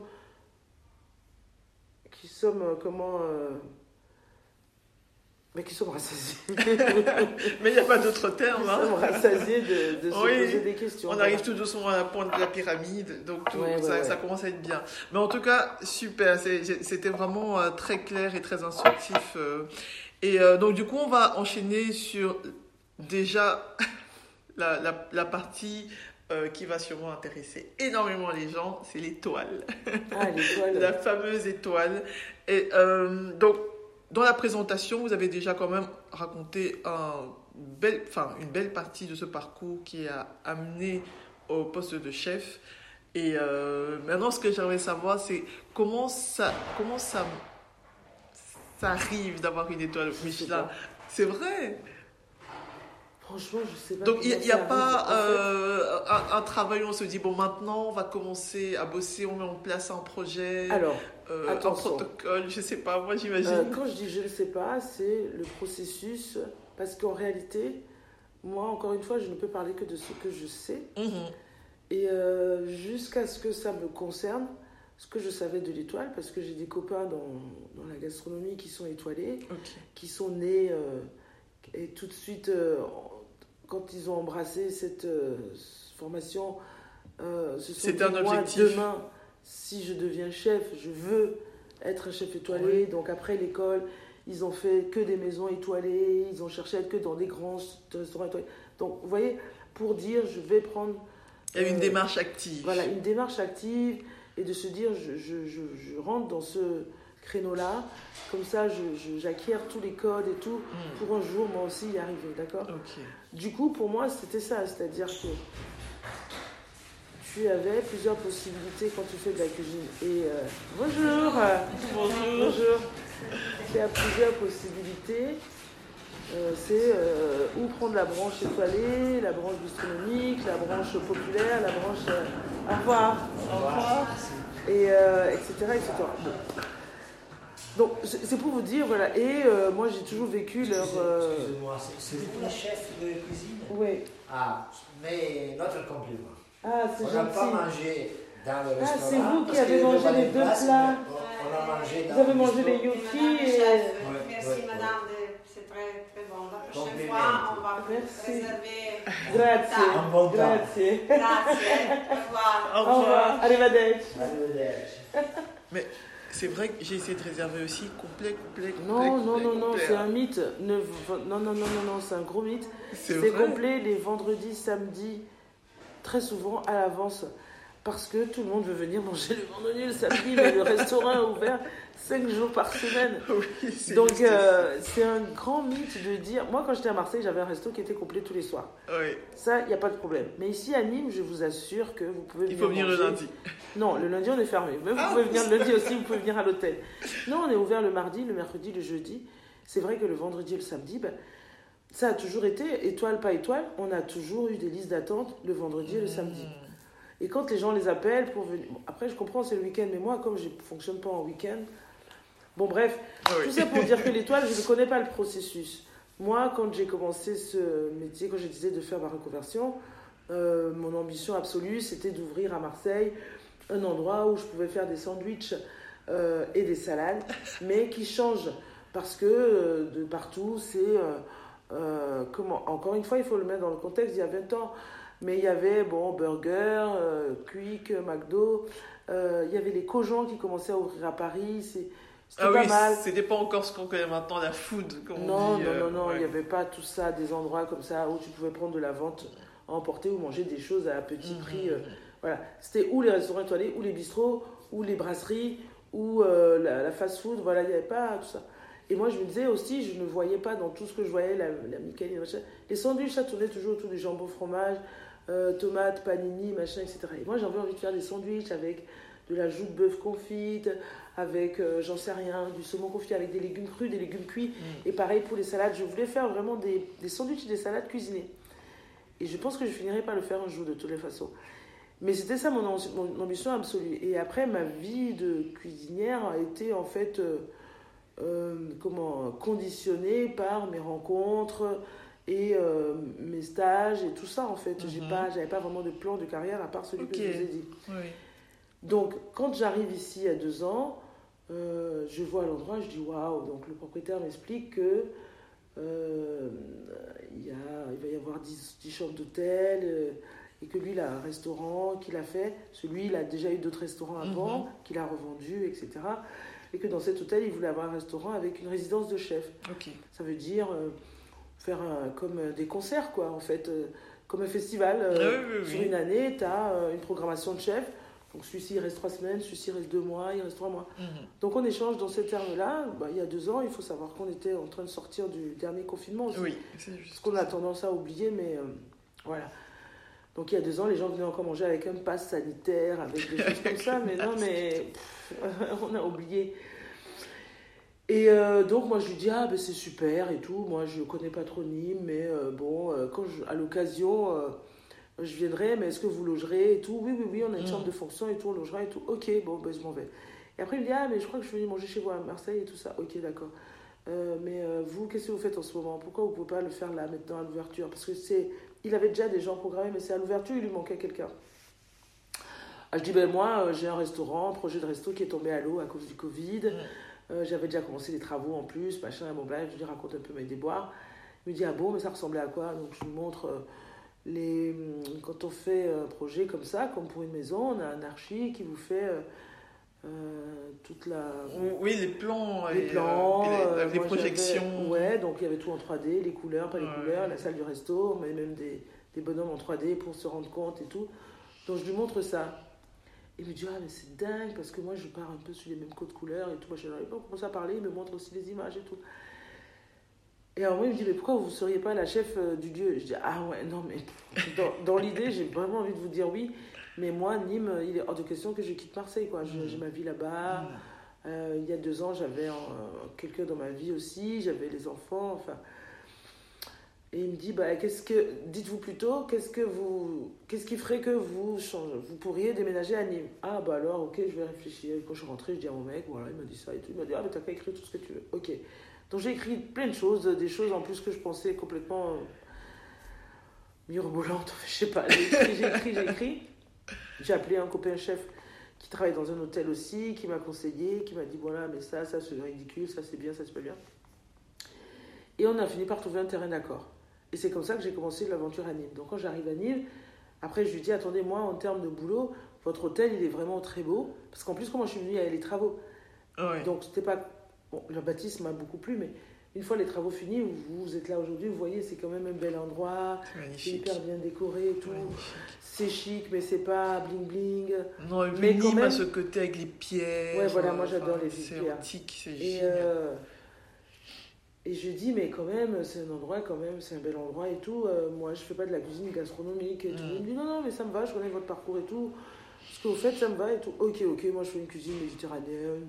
mais qui sommes rassasiés. Mais il n'y a pas d'autre terme. Qui sommes rassasiés de se poser des questions. On arrive tout doucement à la pointe de la pyramide, donc ça commence à être bien. Mais en tout cas, super. C'était vraiment très clair et très instructif. Et donc, du coup, on va enchaîner sur déjà la partie qui va sûrement intéresser énormément les gens, c'est l'étoile. Ah, l'étoile. La fameuse étoile. Et donc, dans la présentation, vous avez déjà quand même raconté une belle partie de ce parcours qui a amené au poste de chef. Et maintenant, ce que j'aimerais savoir, c'est comment ça arrive d'avoir une étoile Michelin. C'est vrai. Franchement, je sais pas. Donc, il n'y a pas un travail où on se dit, bon, maintenant, on va commencer à bosser, on met en place un projet, un protocole, je ne sais pas, moi, j'imagine. Quand je dis je ne sais pas, c'est le processus, parce qu'en réalité, moi, encore une fois, je ne peux parler que de ce que je sais. Et jusqu'à ce que ça me concerne, ce que je savais de l'étoile, parce que j'ai des copains dans la gastronomie qui sont étoilés, qui sont nés, et tout de suite... quand ils ont embrassé cette formation, se sont dit, moi, demain, si je deviens chef, je veux être un chef étoilé. Donc après l'école, ils ont fait que des maisons étoilées, ils ont cherché à être que dans des grands restaurants étoilés. Donc vous voyez, pour dire, je vais prendre... Il y a une démarche active. Voilà, une démarche active, et de se dire, je rentre dans ce créneau-là, comme ça j'acquiers tous les codes et tout, pour un jour moi aussi y arriver, d'accord ? Du coup, pour moi, c'était ça, c'est-à-dire que tu avais plusieurs possibilités quand tu fais de la cuisine. Et bonjour. Tu as plusieurs possibilités. C'est ou prendre la branche étoilée, la branche gastronomique, la branche populaire, la branche au revoir, et etc. Bon. Donc, c'est pour vous dire, voilà. Et moi, j'ai toujours vécu leur... Excusez-moi, c'est vous la chef de cuisine ? Oui. Ah, mais notre compliment. Ah, c'est gentil. On n'a pas mangé dans le restaurant. Ah, c'est vous qui avez mangé les deux plats. On a mangé dans vous avez mangé les gnocchis et... Merci, madame. C'est très, très bon. La prochaine fois, on va réserver... Grazie. Grazie. Au revoir. Au revoir. Arrivederci. Mais... c'est vrai que j'ai essayé de réserver aussi complet. Non, c'est un mythe. Non, c'est un gros mythe. C'est complet les vendredis, samedis, très souvent à l'avance. Parce que tout le monde veut venir manger le vendredi, le samedi, mais le restaurant est ouvert 5 jours par semaine. Oui, donc, c'est un grand mythe de dire... Moi, quand j'étais à Marseille, j'avais un resto qui était complet tous les soirs. Oui. Ça, il n'y a pas de problème. Mais ici, à Nîmes, je vous assure que vous pouvez venir Il faut venir manger. le lundi. Non, le lundi, on est fermé. Mais vous pouvez venir le lundi aussi, vous pouvez venir à l'hôtel. Non, on est ouvert le mardi, le mercredi, le jeudi. C'est vrai que le vendredi et le samedi, ça a toujours été, étoile, pas étoile, on a toujours eu des listes d'attente le vendredi et le samedi. Et quand les gens les appellent pour venir... Bon, après, je comprends, c'est le week-end, mais moi, comme je ne fonctionne pas en week-end... Bon, bref, tout ça pour dire que l'étoile, je ne connais pas le processus. Moi, quand j'ai commencé ce métier, quand je disais de faire ma reconversion, mon ambition absolue, c'était d'ouvrir à Marseille un endroit où je pouvais faire des sandwichs et des salades, mais qui changent. Parce que de partout, c'est... encore une fois, il faut le mettre dans le contexte, il y a 20 ans... Mais il y avait, Burger, Quick, McDo, il y avait les Cojons qui commençaient à ouvrir à Paris, c'était pas mal. C'était pas encore ce qu'on connaît maintenant, la food, comme on dit. Non, il n'y avait pas tout ça, des endroits comme ça où tu pouvais prendre de la vente à emporter ou manger des choses à petit prix Voilà. C'était ou les restaurants étoilés, ou les bistrots, ou les brasseries, ou la fast-food. Voilà, il n'y avait pas tout ça. Et moi, je me disais aussi, je ne voyais pas dans tout ce que je voyais, la Michaeline, machin. Les sandwichs, ça tournait toujours autour du jambon fromage, tomates, panini, machin, etc. Et moi, j'avais envie de faire des sandwichs avec de la joue de bœuf confite, avec, j'en sais rien, du saumon confit, avec des légumes crus, des légumes cuits. Et pareil pour les salades, je voulais faire vraiment des sandwichs et des salades cuisinées. Et je pense que je finirais par le faire un jour, de toutes les façons. Mais c'était ça mon ambition absolue. Et après, ma vie de cuisinière a été en fait conditionnée par mes rencontres et mes stages et tout ça en fait. J'avais pas vraiment de plan de carrière à part celui que je vous ai dit. Oui. Donc quand j'arrive ici à 2 ans, je vois l'endroit, je dis waouh. Donc le propriétaire m'explique que il va y avoir 10 chambres d'hôtel. Et que lui, il a un restaurant qu'il a fait. Celui, il a déjà eu d'autres restaurants avant, qu'il a revendu, etc. Et que dans cet hôtel, il voulait avoir un restaurant avec une résidence de chef. Okay. Ça veut dire faire comme des concerts, quoi, en fait. Comme un festival. Sur une année, tu as une programmation de chef. Donc celui-ci, il reste 3 semaines, celui-ci, il reste 2 mois, il reste 3 mois. Donc on échange dans ces termes-là. Il y a 2 ans, il faut savoir qu'on était en train de sortir du dernier confinement aussi. Oui, c'est juste. Ce qu'on a tendance à oublier, mais voilà. Donc il y a 2 ans, les gens venaient encore manger avec un pass sanitaire, avec des choses comme ça, mais non, mais on a oublié. Et donc moi je lui dis, c'est super et tout, moi je connais pas trop Nîmes, mais quand à l'occasion, je viendrai, mais est-ce que vous logerez et tout? Oui, on a une chambre de fonction et tout, on logera et tout. Ok, je m'en vais. Et après il me dit, mais je crois que je vais venir manger chez vous à Marseille et tout ça. Ok, d'accord. Mais vous, qu'est-ce que vous faites en ce moment? Pourquoi vous ne pouvez pas le faire là, maintenant, à l'ouverture? Parce que il avait déjà des gens programmés, mais c'est à l'ouverture, il lui manquait quelqu'un. Je dis, moi, j'ai un restaurant, un projet de resto qui est tombé à l'eau à cause du Covid. J'avais déjà commencé les travaux en plus, machin, je lui raconte un peu mes déboires. Il me dit, mais ça ressemblait à quoi? Donc je lui montre quand on fait un projet comme ça, comme pour une maison, on a un archi qui vous fait... toute la... Oui, les plans, les projections. Ouais, donc il y avait tout en 3D, les couleurs, pas les couleurs, la salle du resto, mais même des bonhommes en 3D pour se rendre compte et tout. Donc je lui montre ça. Il me dit, mais c'est dingue, parce que moi je pars un peu sur les mêmes codes couleurs et tout. Moi je commence à parler, il me montre aussi les images et tout. Et alors moi il me dit, mais pourquoi vous ne seriez pas la chef du lieu? Je dis, non, mais dans l'idée, j'ai vraiment envie de vous dire oui. Mais moi, Nîmes, il est hors de question que je quitte Marseille, quoi. J'ai ma vie là-bas. Il y a 2 ans, j'avais quelqu'un dans ma vie aussi. J'avais les enfants, enfin... Et il me dit, dites-vous plutôt, qu'est-ce qui ferait que vous pourriez déménager à Nîmes? Alors, ok, je vais réfléchir. Et quand je suis rentrée, je dis à mon mec, voilà, il m'a dit ça et tout. Il m'a dit, mais t'as qu'à écrire tout ce que tu veux. Ok. Donc j'ai écrit plein de choses, des choses en plus que je pensais complètement mirobolantes. Je sais pas, j'ai écrit. J'ai appelé un copain chef qui travaille dans un hôtel aussi, qui m'a conseillé, qui m'a dit, voilà, mais ça c'est ridicule, ça c'est bien, ça c'est pas bien. Et on a fini par trouver un terrain d'accord. Et c'est comme ça que j'ai commencé l'aventure à Nîmes. Donc quand j'arrive à Nîmes, après je lui dis, attendez, moi en termes de boulot, votre hôtel il est vraiment très beau. Parce qu'en plus, quand moi je suis venue, il y avait les travaux. Ouais. Donc c'était pas... Bon, le baptiste m'a beaucoup plu, mais une fois les travaux finis, vous êtes là aujourd'hui, vous voyez, c'est quand même un bel endroit. C'est hyper bien décoré et tout. C'est chic, mais c'est pas bling bling. Non, et puis Nîmes a ce côté avec les pierres. Ouais, voilà, moi j'adore les pierres. C'est antique, c'est génial. Et je dis, mais quand même, c'est un endroit, quand même, c'est un bel endroit et tout. Moi, je fais pas de la cuisine gastronomique et tout. Il me dit, non, mais ça me va, je connais votre parcours et tout. Ce que vous faites, ça me va et tout. Ok, moi je fais une cuisine méditerranéenne,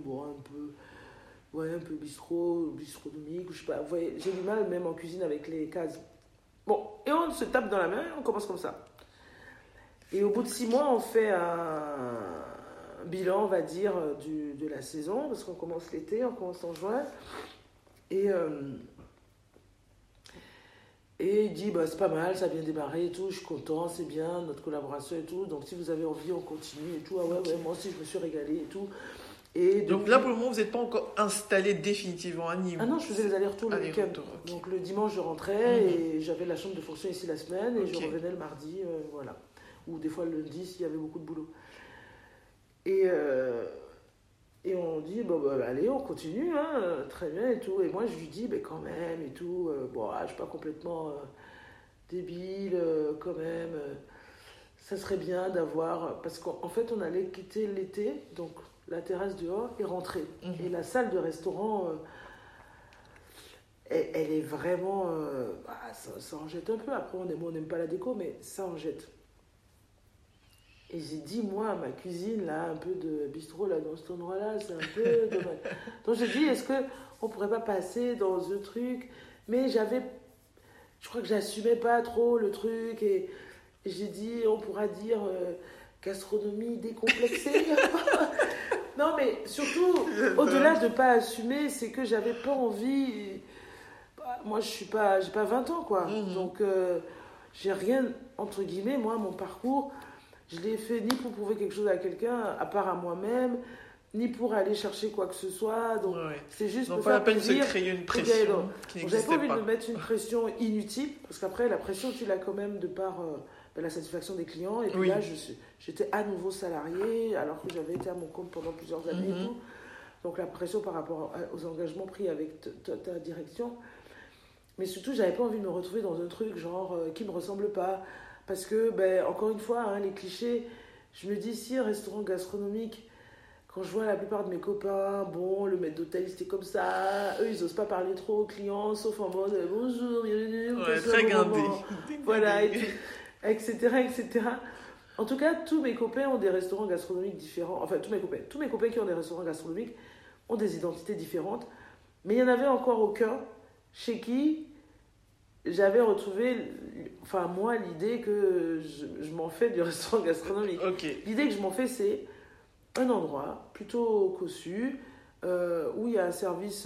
un peu bistronomique, ou je sais pas. Vous voyez, j'ai du mal même en cuisine avec les cases. Bon, et on se tape dans la main et on commence comme ça. Et au bout de 6 mois, on fait un bilan, on va dire, de la saison, parce qu'on commence l'été, on commence en juin. Et il dit, c'est pas mal, ça a bien démarré et tout, je suis content, c'est bien, notre collaboration et tout. Donc si vous avez envie, on continue et tout. Ah ouais, moi aussi, je me suis régalée et tout. Et donc là, pour le moment, vous n'êtes pas encore installé définitivement à Nîmes? Ah non, je faisais les allers-retours le week-end. Okay. Donc le dimanche, je rentrais et j'avais la chambre de fonction ici la semaine et je revenais le mardi, voilà. Ou des fois le lundi s'il y avait beaucoup de boulot. Et on dit, allez, on continue, hein, très bien et tout. Et moi, je lui dis, quand même et tout, je suis pas complètement débile, quand même. ça serait bien d'avoir... Parce qu'en fait, on allait quitter l'été, donc la terrasse dehors, et rentrer. Et la salle de restaurant, elle est vraiment... ça en jette un peu. Après, on n'aime pas la déco, mais ça en jette. Et j'ai dit, moi, ma cuisine, là, un peu de bistrot, là, dans cet endroit-là, c'est un peu dommage. Donc j'ai dit, est-ce qu'on pourrait pas passer dans ce truc? Mais je crois que j'assumais pas trop le truc. Et j'ai dit, on pourra dire gastronomie décomplexée. Non, mais surtout, au-delà de pas assumer, c'est que j'avais pas envie... Moi, j'ai pas 20 ans, quoi. Donc, j'ai rien, entre guillemets, moi, mon parcours... Je l'ai fait ni pour prouver quelque chose à quelqu'un, à part à moi-même, ni pour aller chercher quoi que ce soit. Donc, c'est juste donc pour pas la faire peine de plaisir. se créer une pression qui J'avais n'existait pas envie pas. de me mettre une pression inutile, parce qu'après, la pression, tu l'as quand même de par la satisfaction des clients. Et puis là, j'étais à nouveau salariée, alors que j'avais été à mon compte pendant plusieurs années et tout. Donc, la pression par rapport aux engagements pris avec ta direction. Mais surtout, j'avais pas envie de me retrouver dans un truc genre qui me ressemble pas. Parce que, encore une fois, les clichés, je me dis, si un restaurant gastronomique, quand je vois la plupart de mes copains, bon, le maître d'hôtel, c'était comme ça, eux, ils n'osent pas parler trop aux clients, sauf en mode bonjour, bienvenue, très guindé. Voilà, etc., etc. En tout cas, tous mes copains ont des restaurants gastronomiques différents. Enfin, tous mes copains qui ont des restaurants gastronomiques ont des identités différentes. Mais il y en avait encore aucun chez qui j'avais retrouvé, moi, l'idée que je m'en fais du restaurant gastronomique. L'idée que je m'en fais, c'est un endroit plutôt cossu, où il y a un service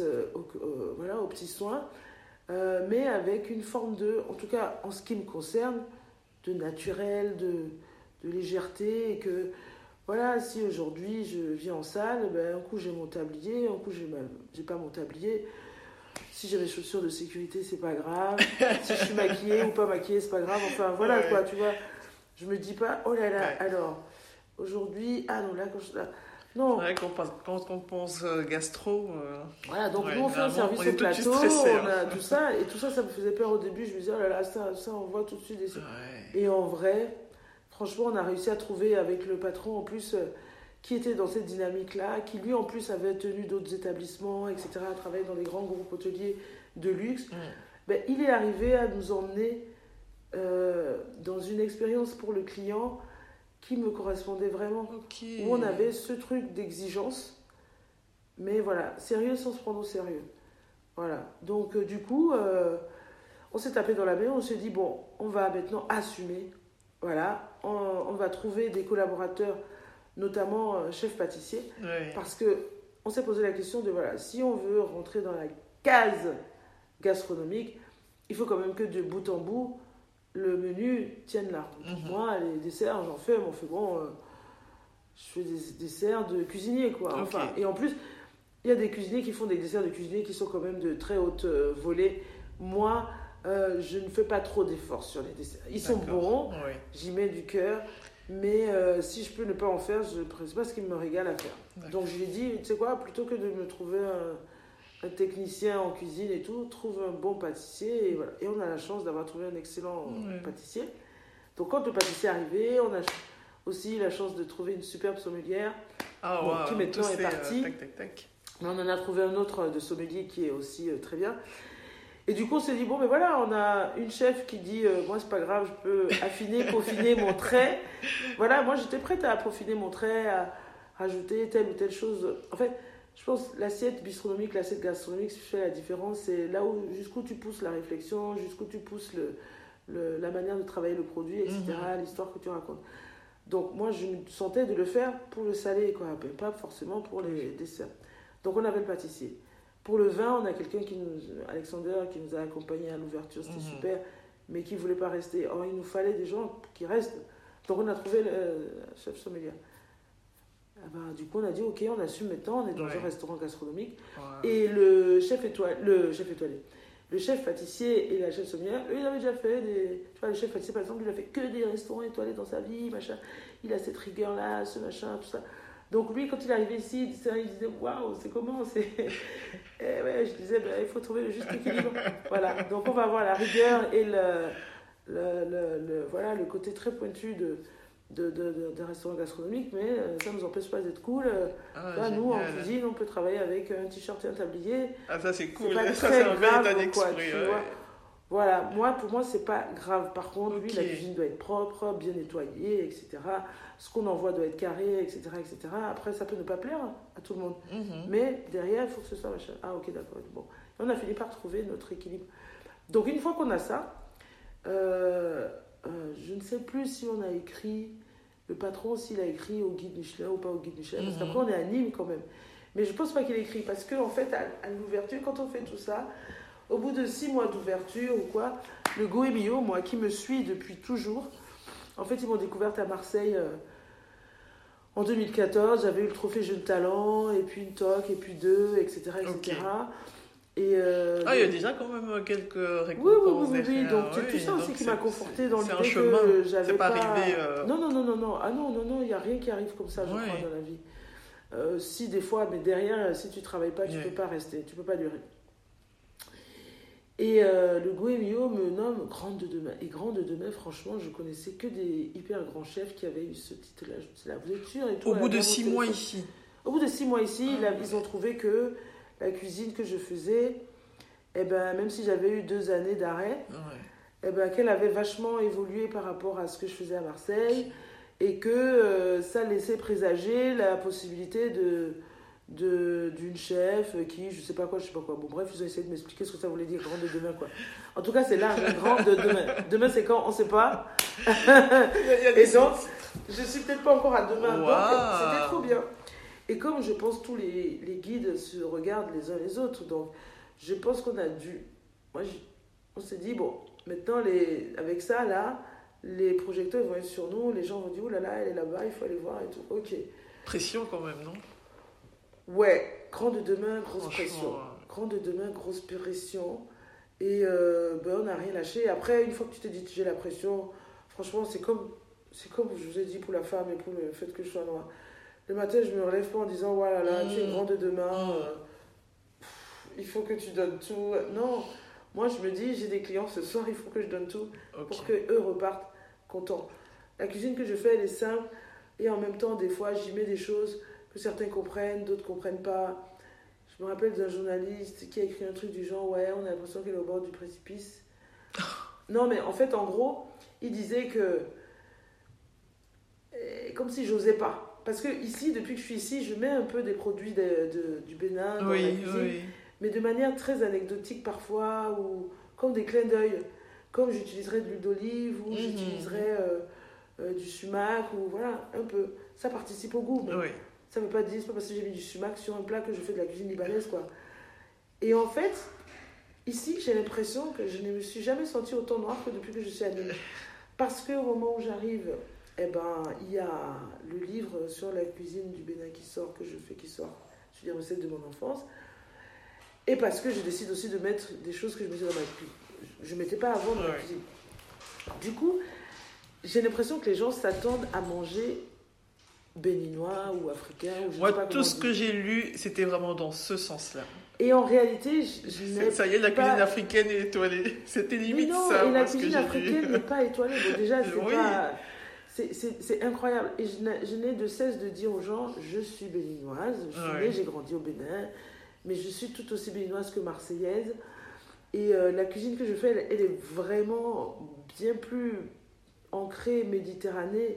aux petits soins, mais avec une forme en tout cas en ce qui me concerne, de naturel, de légèreté, et que voilà, si aujourd'hui je viens en salle, un coup j'ai mon tablier, un coup j'ai pas mon tablier. Si j'ai mes chaussures de sécurité, c'est pas grave. Si je suis maquillée ou pas maquillée, c'est pas grave. Enfin, voilà quoi, tu vois. Je me dis pas, oh là là, alors, aujourd'hui, non, là, non. Ouais, quand on pense gastro. Voilà, donc nous, on fait un service au plateau, on a tout ça, et tout ça, ça me faisait peur au début. Je me disais, oh là là, ça on voit tout de suite. Et en vrai, franchement, on a réussi à trouver avec le patron, en plus, qui était dans cette dynamique-là, qui lui en plus avait tenu d'autres établissements, etc., travaillé dans des grands groupes hôteliers de luxe, il est arrivé à nous emmener dans une expérience pour le client qui me correspondait vraiment, où on avait ce truc d'exigence, mais voilà, sérieux sans se prendre au sérieux. Voilà, donc du coup, on s'est tapé dans la main, on s'est dit, bon, on va maintenant assumer, voilà, on va trouver des collaborateurs, notamment chef pâtissier, parce que on s'est posé la question de voilà, si on veut rentrer dans la case gastronomique, il faut quand même que de bout en bout le menu tienne la route. Moi, les desserts, j'en fais, mais on fait bon, je fais des desserts de cuisinier, quoi. Enfin, et en plus, il y a des cuisiniers qui font des desserts de cuisinier qui sont quand même de très haute volée. Moi, je ne fais pas trop d'efforts sur les desserts. Ils sont bons, j'y mets du cœur. Mais si je peux ne pas en faire, c'est pas ce qui me régale à faire. Donc je lui ai dit, tu sais quoi, plutôt que de me trouver un technicien en cuisine et tout, trouve un bon pâtissier. Et, voilà. Et on a la chance d'avoir trouvé un excellent pâtissier. Donc quand le pâtissier est arrivé, on a aussi la chance de trouver une superbe sommelière qui maintenant est partie. Mais on en a trouvé un autre de sommelier qui est aussi très bien. Et du coup, on s'est dit, bon, mais voilà, on a une chef qui dit, moi, c'est pas grave, je peux peaufiner mon trait. Voilà, moi, j'étais prête à peaufiner mon trait, à rajouter telle ou telle chose. En fait, je pense l'assiette bistronomique, l'assiette gastronomique, ce qui fait la différence, c'est là où, jusqu'où tu pousses la réflexion, jusqu'où tu pousses la manière de travailler le produit, etc., l'histoire que tu racontes. Donc, moi, je me sentais de le faire pour le salé, quoi, pas forcément pour les desserts. Donc, on avait le pâtissier. Pour le vin, on a quelqu'un Alexander, qui nous a accompagnés à l'ouverture, c'était super, mais qui ne voulait pas rester. Or, il nous fallait des gens qui restent. Donc, on a trouvé le chef sommelier. Du coup, on a dit, ok, on assume maintenant, on est dans un restaurant gastronomique. Et le chef pâtissier et la chef sommelière, eux, ils avaient déjà fait Tu vois, le chef pâtissier, par exemple, il a fait que des restaurants étoilés dans sa vie, machin. Il a cette rigueur-là, ce machin, tout ça. Donc lui, quand il est arrivé ici, il disait waouh, c'est comment je disais, il faut trouver le juste équilibre. Voilà, donc on va avoir la rigueur et le côté très pointu de restaurants gastronomiques, mais ça ne nous empêche pas d'être cool. Ah, Nous, en génial. cuisine, on peut travailler avec un t-shirt et un tablier. Ah, ça c'est cool. pas Ça très c'est un vrai grave, état quoi, d'esprit. tu Ouais. vois. Voilà, pour moi, c'est pas grave. Par contre, oui, Ok. la cuisine doit être propre, bien nettoyée, etc. Ce qu'on envoie doit être carré, etc., etc. Après, ça peut ne pas plaire à tout le monde. Mhm. Mais derrière, il faut que ce soit machin. Ah, ok, d'accord. Bon. Et on a fini par trouver notre équilibre. Donc, une fois qu'on a ça, je ne sais plus si on a écrit, le patron, s'il a écrit au guide Michelin ou pas au guide Michelin. Parce qu'après, on est à Nîmes quand même. Mais je pense pas qu'il ait écrit. Parce qu'en fait, à l'ouverture, quand on fait tout ça, au bout de 6 mois d'ouverture ou quoi, le Goemio, moi, qui me suis depuis toujours, en fait, ils m'ont découverte à Marseille en 2014. J'avais eu le trophée Jeune Talent, et puis une toque, et puis 2, etc., etc. Ok. Et, Ah, il y a déjà quand même quelques oui, récompenses. donc c'est Oui, tout ça aussi donc qui m'a conforté dans c'est un l'idée chemin. que j'avais C'est pas pas... arrivé. Non. Ah non, il n'y a rien qui arrive comme ça, je Ouais. crois, dans la vie. Si, des fois, mais derrière, si tu travailles pas, tu Ouais. peux pas rester, tu peux pas durer. Et le Goemio me nomme Grande de Demain. Et Grande de Demain, franchement, je connaissais que des hyper grands chefs qui avaient eu ce titre-là. Je me disais, là, vous êtes sûr et tout. Au à bout la de gamme au 6 mois téléphone. ici. Au bout de 6 mois ici, Ah, ils ont trouvé que la cuisine que je faisais, eh ben, même si j'avais eu 2 années d'arrêt, Ouais. eh ben, qu'elle avait vachement évolué par rapport à ce que je faisais à Marseille et que ça laissait présager la possibilité d'une chef qui, je sais pas quoi. Bon, bref, ils ont essayé de m'expliquer ce que ça voulait dire, grande de demain, quoi. En tout cas, c'est large, grande de demain. Demain, c'est quand? On sait pas. Et donc, je suis peut-être pas encore à demain. Wow. Donc, c'était trop bien. Et comme je pense tous les guides se regardent les uns les autres, donc je pense qu'on a dû... On s'est dit, bon, maintenant, avec ça, là, les projecteurs ils vont être sur nous, les gens vont dire, oh là là, elle est là-bas, il faut aller voir et tout. Ok. Pression quand même, non? Ouais, grande demain, grosse Franchement, pression. ouais. Grande demain, grosse pression. Et on n'a rien lâché. Après, une fois que tu te dis, j'ai la pression, franchement, c'est comme je vous ai dit pour la femme et pour le fait que je sois noire. Le matin, je me relève pas en disant, voilà, là, tu es grande demain, il faut que tu donnes tout. Non, moi, je me dis, j'ai des clients ce soir, il faut que je donne tout pour qu'eux repartent contents. La cuisine que je fais, elle est simple. Et en même temps, des fois, j'y mets des choses que certains comprennent, d'autres comprennent pas. Je me rappelle d'un journaliste qui a écrit un truc du genre, ouais, on a l'impression qu'elle est au bord du précipice. Non, mais en fait, en gros, il disait que... Comme si j'osais pas. Parce que ici, depuis que je suis ici, je mets un peu des produits du Bénin dans la cuisine, mais de manière très anecdotique parfois, ou comme des clins d'œil. Comme j'utiliserais de l'huile d'olive, ou j'utiliserais du sumac, ou voilà, un peu. Ça participe au goût. Mais ça ne veut pas dire, c'est pas parce que j'ai mis du sumac sur un plat que je fais de la cuisine libanaise, quoi. Et en fait, ici, j'ai l'impression que je ne me suis jamais sentie autant noire que depuis que je suis à Nîmes. Parce qu'au moment où j'arrive... Eh ben, il y a le livre sur la cuisine du Bénin qui sort, sur les recettes de mon enfance. Et parce que je décide aussi de mettre des choses que je mettais dans ma cuisine. Je ne mettais pas avant dans la cuisine. Du coup, j'ai l'impression que les gens s'attendent à manger béninois ou africain. Ou je Moi, sais pas tout ce que j'ai lu, c'était vraiment dans ce sens-là. Et en réalité, ça y est, la cuisine africaine est étoilée. C'était limite non, ça. Et la moi, ce que cuisine j'ai africaine lu. n'est pas étoilée. Bon, déjà, c'est Oui. pas... C'est incroyable. Et je n'ai de cesse de dire aux gens, je suis béninoise, je suis née, j'ai grandi au Bénin, mais je suis tout aussi béninoise que marseillaise. Et la cuisine que je fais, elle est vraiment bien plus ancrée méditerranée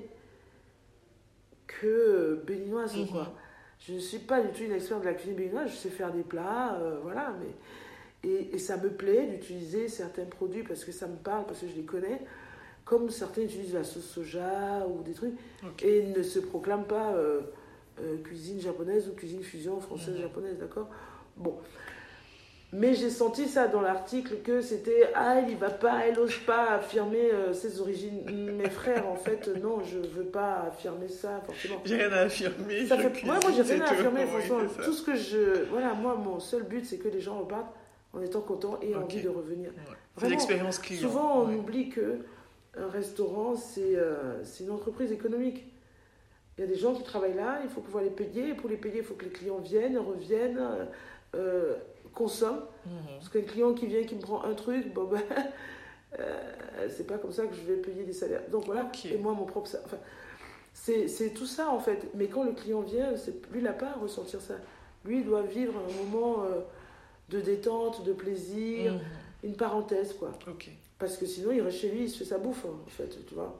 que béninoise, quoi. Je ne suis pas du tout une experte de la cuisine béninoise, je sais faire des plats, voilà, mais... Et ça me plaît d'utiliser certains produits parce que ça me parle, parce que je les connais. Comme certains utilisent la sauce soja ou des trucs, et ne se proclament pas cuisine japonaise ou cuisine fusion française-japonaise, d'accord? Bon. Mais j'ai senti ça dans l'article, que c'était « Ah, elle n'ose pas affirmer ses origines. » Mes frères, en fait, non, je ne veux pas affirmer ça, forcément. J'ai rien à affirmer. Moi, j'ai rien à affirmer, oui, franchement. Tout ce que Voilà, moi, mon seul but, c'est que les gens repartent en étant contents et envie de revenir. C'est l'expérience client. Souvent, on oublie que un restaurant, c'est une entreprise économique. Il y a des gens qui travaillent là, il faut pouvoir les payer. Et pour les payer, il faut que les clients viennent, reviennent, consomment. Parce qu'un client qui vient, qui me prend un truc, bon ben, c'est pas comme ça que je vais payer des salaires. Donc voilà, et moi, mon propre... Enfin, C'est tout ça, en fait. Mais quand le client vient, lui, il n'a pas à ressentir ça. Lui, il doit vivre un moment de détente, de plaisir, une parenthèse, quoi. Ok. Parce que sinon, il reste chez lui, il se fait sa bouffe, en fait, tu vois.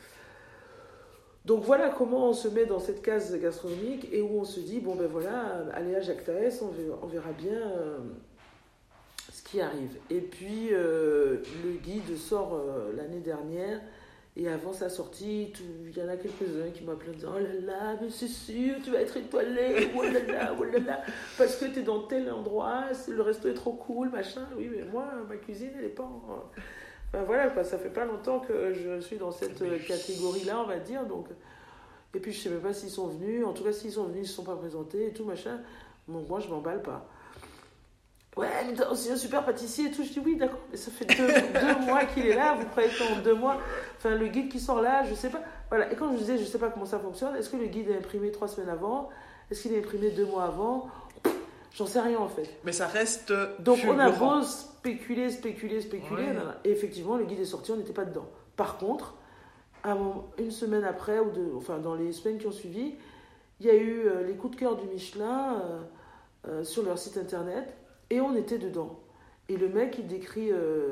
Donc voilà comment on se met dans cette case gastronomique et où on se dit, bon ben voilà, allez à Jacques Taès, on verra bien ce qui arrive. Et puis, le guide sort l'année dernière, et avant sa sortie, il y en a quelques-uns qui m'appellent en disant, oh là là, mais c'est sûr, tu vas être étoilé, oh là là, parce que tu es dans tel endroit, le resto est trop cool, machin. Oui, mais moi, ma cuisine, elle n'est pas en... Enfin voilà, quoi, ça fait pas longtemps que je suis dans cette catégorie-là, on va dire. Donc... Et puis je sais même pas s'ils sont venus. En tout cas, s'ils sont venus, ils ne se sont pas présentés et tout, machin. Donc moi, je m'emballe pas. Ouais, mais t'as aussi un super pâtissier et tout. Je dis oui, d'accord, mais ça fait deux mois qu'il est là. Vous croyez qu'en 2 mois, enfin le guide qui sort là, je sais pas. Voilà. Et quand je disais, je sais pas comment ça fonctionne, est-ce que le guide est imprimé 3 semaines avant? Est-ce qu'il est imprimé 2 mois avant? J'en sais rien en fait. Mais ça reste. Donc fulgurant. on a beau spéculer. Ouais. Et effectivement, le guide est sorti, on n'était pas dedans. Par contre, une semaine après, enfin dans les semaines qui ont suivi, il y a eu les coups de cœur du Michelin sur leur site internet et on était dedans. Et le mec, il décrit,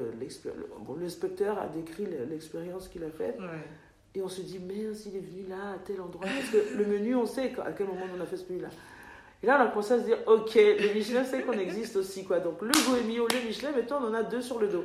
l'inspecteur a décrit l'expérience qu'il a faite. Ouais. Et on se dit, mince, il est venu là, à tel endroit. Parce que le menu, on sait à quel moment on a fait ce menu-là. Et là, on a commencé à se dire, ok, le Michelin sait qu'on existe aussi, quoi. Donc, le Goemio, le Michelin, maintenant, on en a 2 sur le dos.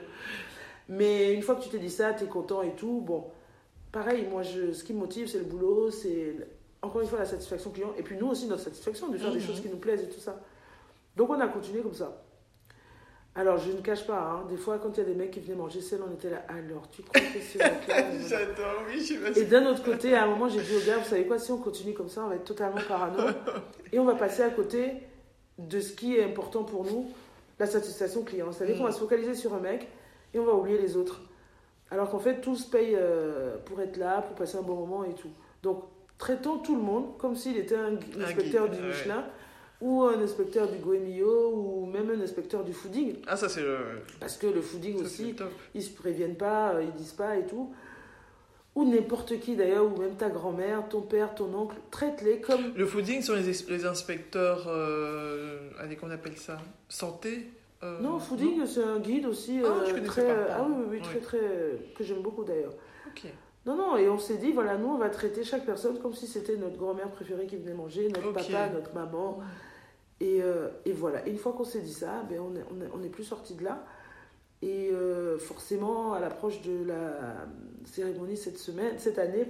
Mais une fois que tu t'es dit ça, t'es content et tout. Bon, pareil, moi, ce qui me motive, c'est le boulot, c'est, encore une fois, la satisfaction client. Et puis, nous aussi, notre satisfaction de faire des choses qui nous plaisent et tout ça. Donc, on a continué comme ça. Alors, je ne cache pas, hein, des fois, quand il y a des mecs qui venaient manger seul, on était là, alors, tu crois que c'est mec-là J'adore, oui, je sais pas. Et d'un autre côté, à un moment, j'ai dit aux gars, vous savez quoi, si on continue comme ça, on va être totalement parano et on va passer à côté de ce qui est important pour nous, la satisfaction client. C'est-à-dire qu'on va se focaliser sur un mec et on va oublier les autres. Alors qu'en fait, tous payent pour être là, pour passer un bon moment et tout. Donc, traitons tout le monde comme s'il était un inspecteur du Michelin ou un inspecteur du Goemio ou même un inspecteur du fooding. Ah, ça, c'est le. Parce que le fooding Ça, aussi, c'est top. ils se préviennent pas, ils disent pas et tout. Ou n'importe qui d'ailleurs, ou même ta grand-mère, ton père, ton oncle, traite-les comme... Le fooding sont les inspecteurs. Allez, qu'on appelle ça santé Non, fooding, c'est un guide aussi je connaissais très... pas. Ah oui, Ouais. très, que j'aime beaucoup d'ailleurs. Ok. Non, et on s'est dit, voilà, nous, on va traiter chaque personne comme si c'était notre grand-mère préférée qui venait manger, notre Ok. papa, notre maman. Et voilà. Et une fois qu'on s'est dit ça, ben, on n'est plus sorti de là. Et forcément, à l'approche de la cérémonie cette année,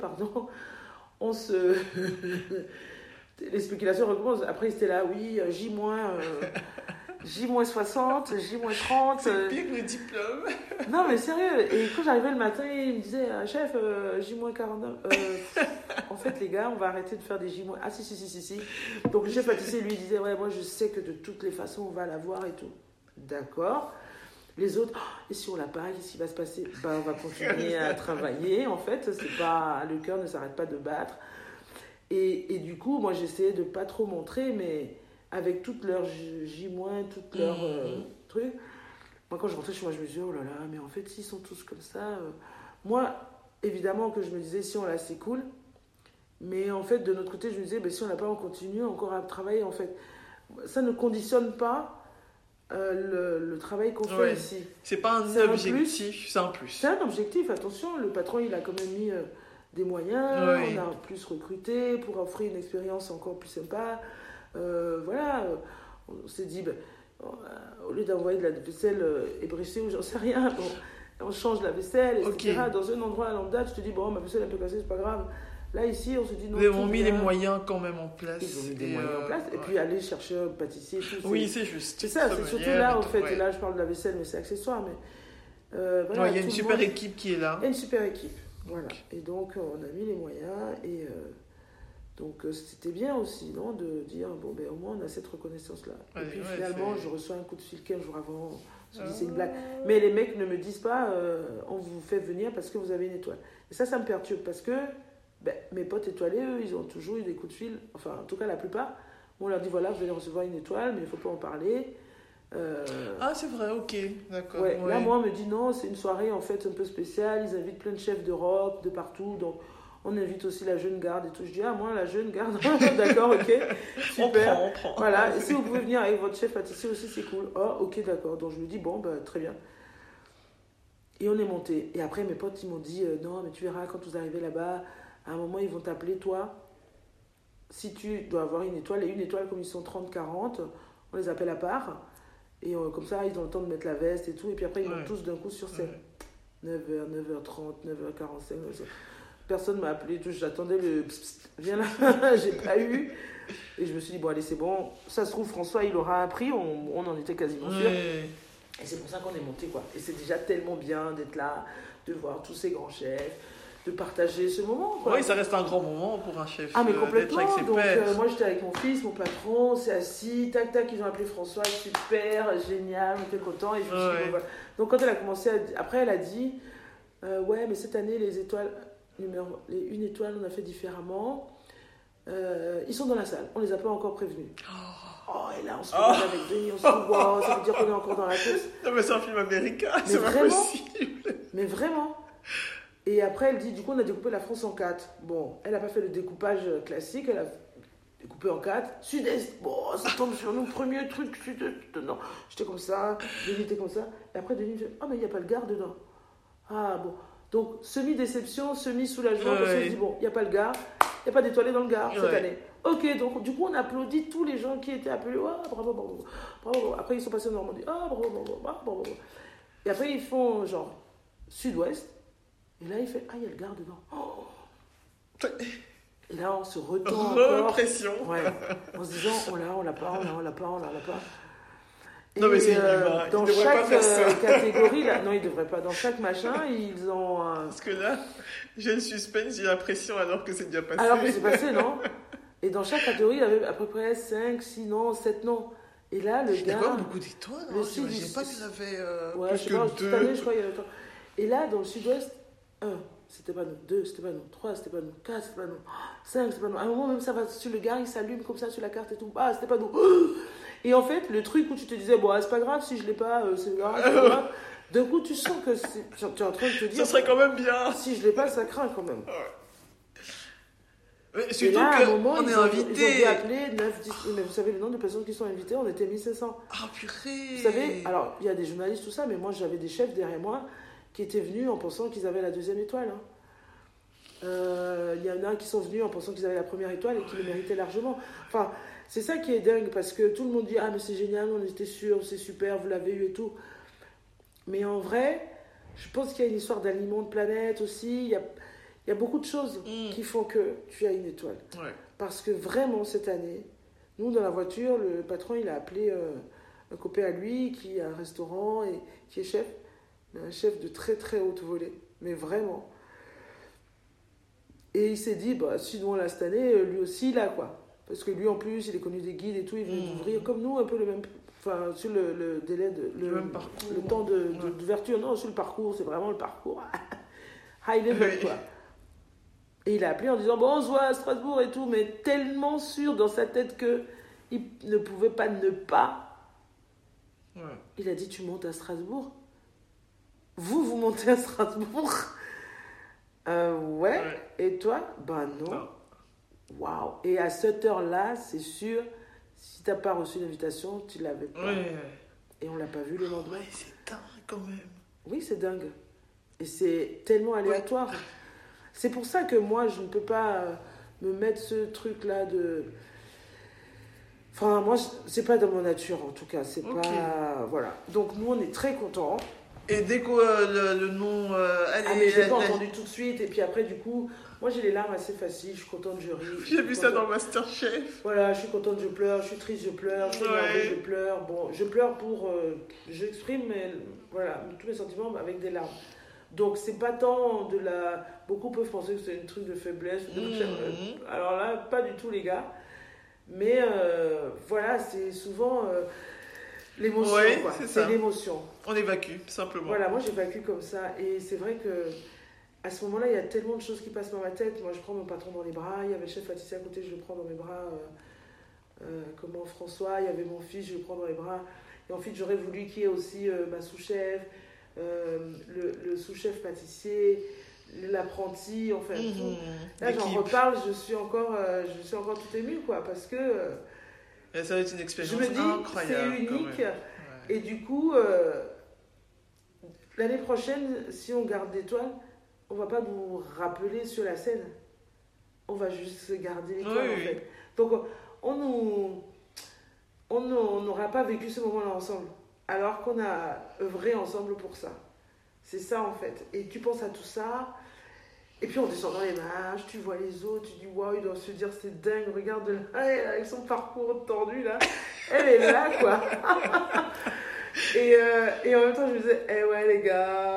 on se... les spéculations recommencent. Après, ils étaient là, oui, J-60, J-30. C'est pire que le diplôme. Non, mais sérieux. Et quand j'arrivais le matin, il me disait, chef, J-49. En fait, les gars, on va arrêter de faire des J-. Ah, si. Donc, le chef pâtissier lui disait, ouais, moi, je sais que de toutes les façons, on va l'avoir et tout. D'accord. Les autres, et si on l'a pas, qu'est-ce qui va se passer? On va continuer à travailler. En fait, c'est pas, le cœur ne s'arrête pas de battre. Et du coup, moi, j'essayais de pas trop montrer, mais avec toutes leurs J-, toutes leurs trucs. Moi, quand je rentrais chez moi, je me disais, oh là là, mais en fait, s'ils sont tous comme ça... Moi, évidemment que je me disais, si on l'a, c'est cool. Mais en fait, de notre côté, je me disais, si on l'a pas, on continue encore à travailler. En fait, ça ne conditionne pas le travail qu'on fait ici. C'est pas un objectif, c'est un plus. C'est un objectif, attention. Le patron, il a quand même mis des moyens. On a plus recruté pour offrir une expérience encore plus sympa. Voilà, on s'est dit, au lieu d'envoyer de la vaisselle ébréchée ou j'en sais rien, on change la vaisselle, etc. Okay. Dans un endroit lambda, tu te dis, ma vaisselle est un peu cassée, c'est pas grave. Là, ici, on se dit non. Ils ont mis les moyens quand même en place. Ils ont mis des moyens en place. Et puis aller chercher un pâtissier. Tout, oui, c'est juste. C'est ça, c'est surtout là, en fait. Et là, je parle de la vaisselle, mais c'est accessoire. Mais, voilà, il y a une super équipe qui est là. Il y a une super équipe. Voilà. Et donc, on a mis les moyens. Et donc, c'était bien aussi, non, de dire, au moins, on a cette reconnaissance-là. Et puis, finalement, je reçois un coup de fil 15 jours avant. Je me dis, c'est une blague. Mais les mecs ne me disent pas, on vous fait venir parce que vous avez une étoile. Et ça me perturbe parce que mes potes étoilés, eux, ils ont toujours eu des coups de fil, enfin, en tout cas, la plupart. On leur dit, voilà, vous allez recevoir une étoile, mais il ne faut pas en parler. Ah, c'est vrai, ok, d'accord. Ouais. Là, moi, on me dit, non, c'est une soirée, en fait, un peu spéciale. Ils invitent plein de chefs d'Europe, de partout. Donc, On invite aussi la jeune garde et tout. Je dis, ah, moi, la jeune garde, d'accord, ok, super. On prend. Voilà, et si vous pouvez venir avec votre chef pâtissier aussi, c'est cool. Oh, ok, d'accord. Donc je me dis, bon, bah, très bien. Et on est monté. Et après, mes potes, ils m'ont dit, non, mais tu verras, quand vous arrivez là-bas, à un moment, ils vont t'appeler, toi. Si tu dois avoir une étoile, et une étoile, comme ils sont 30-40, on les appelle à part. Et comme ça, ils ont le temps de mettre la veste et tout. Et puis après, ils montent tous d'un coup sur scène. 9h, 9h30, 9h45. Personne ne m'a appelé. J'attendais le viens là. J'ai pas eu. Et je me suis dit, bon, allez, c'est bon. Ça se trouve, François, il aura appris. On en était quasiment sûr. Et c'est pour ça qu'on est monté, quoi. Et c'est déjà tellement bien d'être là, de voir tous ces grands chefs, de partager ce moment, quoi. Oui, ça reste un grand moment pour un chef. Ah, mais complètement. D'être avec ses Donc, pairs. moi, j'étais avec mon fils, mon patron, c'est assis, tac, tac, ils ont appelé François, super, génial, on était contents. Et je me suis dit, bon, voilà. Donc, quand elle a commencé après, elle a dit, ouais, mais cette année, les étoiles, les une étoile, on a fait différemment. Ils sont dans la salle, on les a pas encore prévenus. Oh, et là, on se regarde avec Denis, on se dit, wow, ça veut dire qu'on est encore dans la course. Non, mais c'est un film américain, Mais c'est pas vraiment, possible. Mais vraiment. Et après, elle dit, du coup, on a découpé la France en 4. Bon, elle n'a pas fait le découpage classique, elle a découpé en 4. Sud-Est, bon, ça tombe sur nous, premier truc, Sud-Est. Non, j'étais comme ça, Denis était comme ça. Et après, Denis me dit, oh, mais il n'y a pas le Gard dedans. Ah, bon. Donc, semi-déception, semi-soulagement, parce qu'on se dit, bon, il n'y a pas le Gard, il n'y a pas d'étoilé dans le Gard cette année. Ok, donc du coup, on applaudit tous les gens qui étaient appelés. Oh, bravo, bravo, bravo. Après, ils sont passés en Normandie. Ah, bravo, bravo, bravo, bravo. Et après, ils font genre Sud-Ouest. Et là, il fait, ah, il y a le Gard dedans. Oh. Et là, on se retend encore. Pression. Ouais. En se disant, on l'a pas. Non, mais c'est dans devrait chaque pas faire ça. catégorie, là, non, ils devraient pas. Dans chaque machin, ils ont. Parce que là, j'ai le suspense, j'ai la pression alors que c'est déjà passé. Alors que c'est passé, non? Et dans chaque catégorie, il y avait à peu près 5, 6 noms, 7 noms. Et là, le Il y a gars. quand même beaucoup d'étoiles. Le Hein, sud, j'imagine pas qu'il y avait ouais, plus je sais que pas, 2. cette année, je crois qu'il y avait autant. Et là, dans le sud-ouest, 1, c'était pas nous. 2, c'était pas nous. 3, c'était pas nous. 4, c'était pas nous. 5, c'était pas nous. À un moment, même ça va sur le gars, il s'allume comme ça sur la carte et tout. Ah, c'était pas nous. Et en fait, le truc où tu te disais, bon, c'est pas grave, si je l'ai pas, c'est grave, c'est pas grave. D'un coup, tu sens que tu es en train de te dire. Ça serait quand même bien. Si je l'ai pas, ça craint quand même. Mais Et surtout là, à un moment, qu'on est ils ont invité. dû appeler 9, 10. Mais vous savez le nombre de personnes qui sont invitées, on était 1500. Ah, purée. Vous savez, alors, il y a des journalistes, tout ça, mais moi, j'avais des chefs derrière moi qui étaient venus en pensant qu'ils avaient la deuxième étoile. Hein. Il y en a qui sont venus en pensant qu'ils avaient la première étoile et qui le méritaient largement. Enfin, c'est ça qui est dingue, parce que tout le monde dit « Ah, mais c'est génial, on était sûr, c'est super, vous l'avez eu et tout. » Mais en vrai, je pense qu'il y a une histoire d'alignement de planète aussi. Il y a beaucoup de choses qui font que tu as une étoile. Ouais. Parce que vraiment, cette année, nous, dans la voiture, le patron, il a appelé un copain à lui qui a un restaurant et qui est chef. Mais un chef de très, très haute volée. Mais vraiment. Et il s'est dit, bah, si nous, on l'a cette année, lui aussi, là, quoi. Parce que lui, en plus, il est connu des guides et tout. Il venait d'ouvrir, comme nous, un peu le même... Enfin, sur le délai, le même parcours. Le temps d'ouverture. Non, sur le parcours, c'est vraiment le parcours. High level, quoi. Et il a appelé en disant, bon, on se voit à Strasbourg et tout, mais tellement sûr dans sa tête qu'il ne pouvait pas ne pas. Ouais. Il a dit, tu montes à Strasbourg? Vous montez à Strasbourg? Ouais. Et toi? Ben non. Waouh. Et à cette heure-là, c'est sûr, si tu n'as pas reçu l'invitation, tu ne l'avais pas. Ouais. Et on ne l'a pas vu le lendemain. Ouais, c'est dingue quand même. Oui, c'est dingue. Et c'est tellement aléatoire. Ouais. C'est pour ça que moi, je ne peux pas me mettre ce truc-là de... Enfin, moi, c'est pas dans mon nature, en tout cas. C'est pas... Voilà. Donc, nous, on est très contents. Et dès que le nom... mais je l'ai pas entendu tout de suite. Et puis après, du coup, moi, j'ai les larmes assez faciles. Je suis contente, je ris. J'ai vu ça dans Masterchef. Voilà, je suis contente, je pleure. Je suis triste, je pleure. Je suis énervée, je pleure. Bon, je pleure pour... j'exprime, mais voilà, tous mes sentiments avec des larmes. Donc, c'est pas tant de la... Beaucoup peuvent penser que c'est un truc de faiblesse. Alors là, pas du tout, les gars. Mais voilà, c'est souvent l'émotion. Ouais, quoi. C'est l'émotion. On évacue, simplement. Voilà, moi, j'évacue comme ça. Et c'est vrai que à ce moment-là, il y a tellement de choses qui passent par ma tête. Moi, je prends mon patron dans les bras. Il y avait le chef pâtissier à côté, je le prends dans mes bras. Comment François, il y avait mon fils, je le prends dans les bras. Et ensuite, j'aurais voulu qu'il y ait aussi ma sous-chef. Le sous-chef pâtissier, l'apprenti, enfin tout. Là, j'en reparle, je suis encore tout émue, quoi, parce que et ça va être une expérience je me dis, incroyable. C'est unique. Ouais. Et du coup, l'année prochaine, si on garde l'étoile, on va pas nous rappeler sur la scène. On va juste garder l'étoile, en fait. Donc, on n'aura pas vécu ce moment-là ensemble, alors qu'on a œuvré ensemble pour ça. C'est ça, en fait. Et tu penses à tout ça, et puis on descend dans les marches, tu vois les autres, tu dis waouh, ils doivent se dire c'est dingue, regarde là, avec son parcours tordu là, elle est là, quoi. Et en même temps, je me disais, ouais, les gars.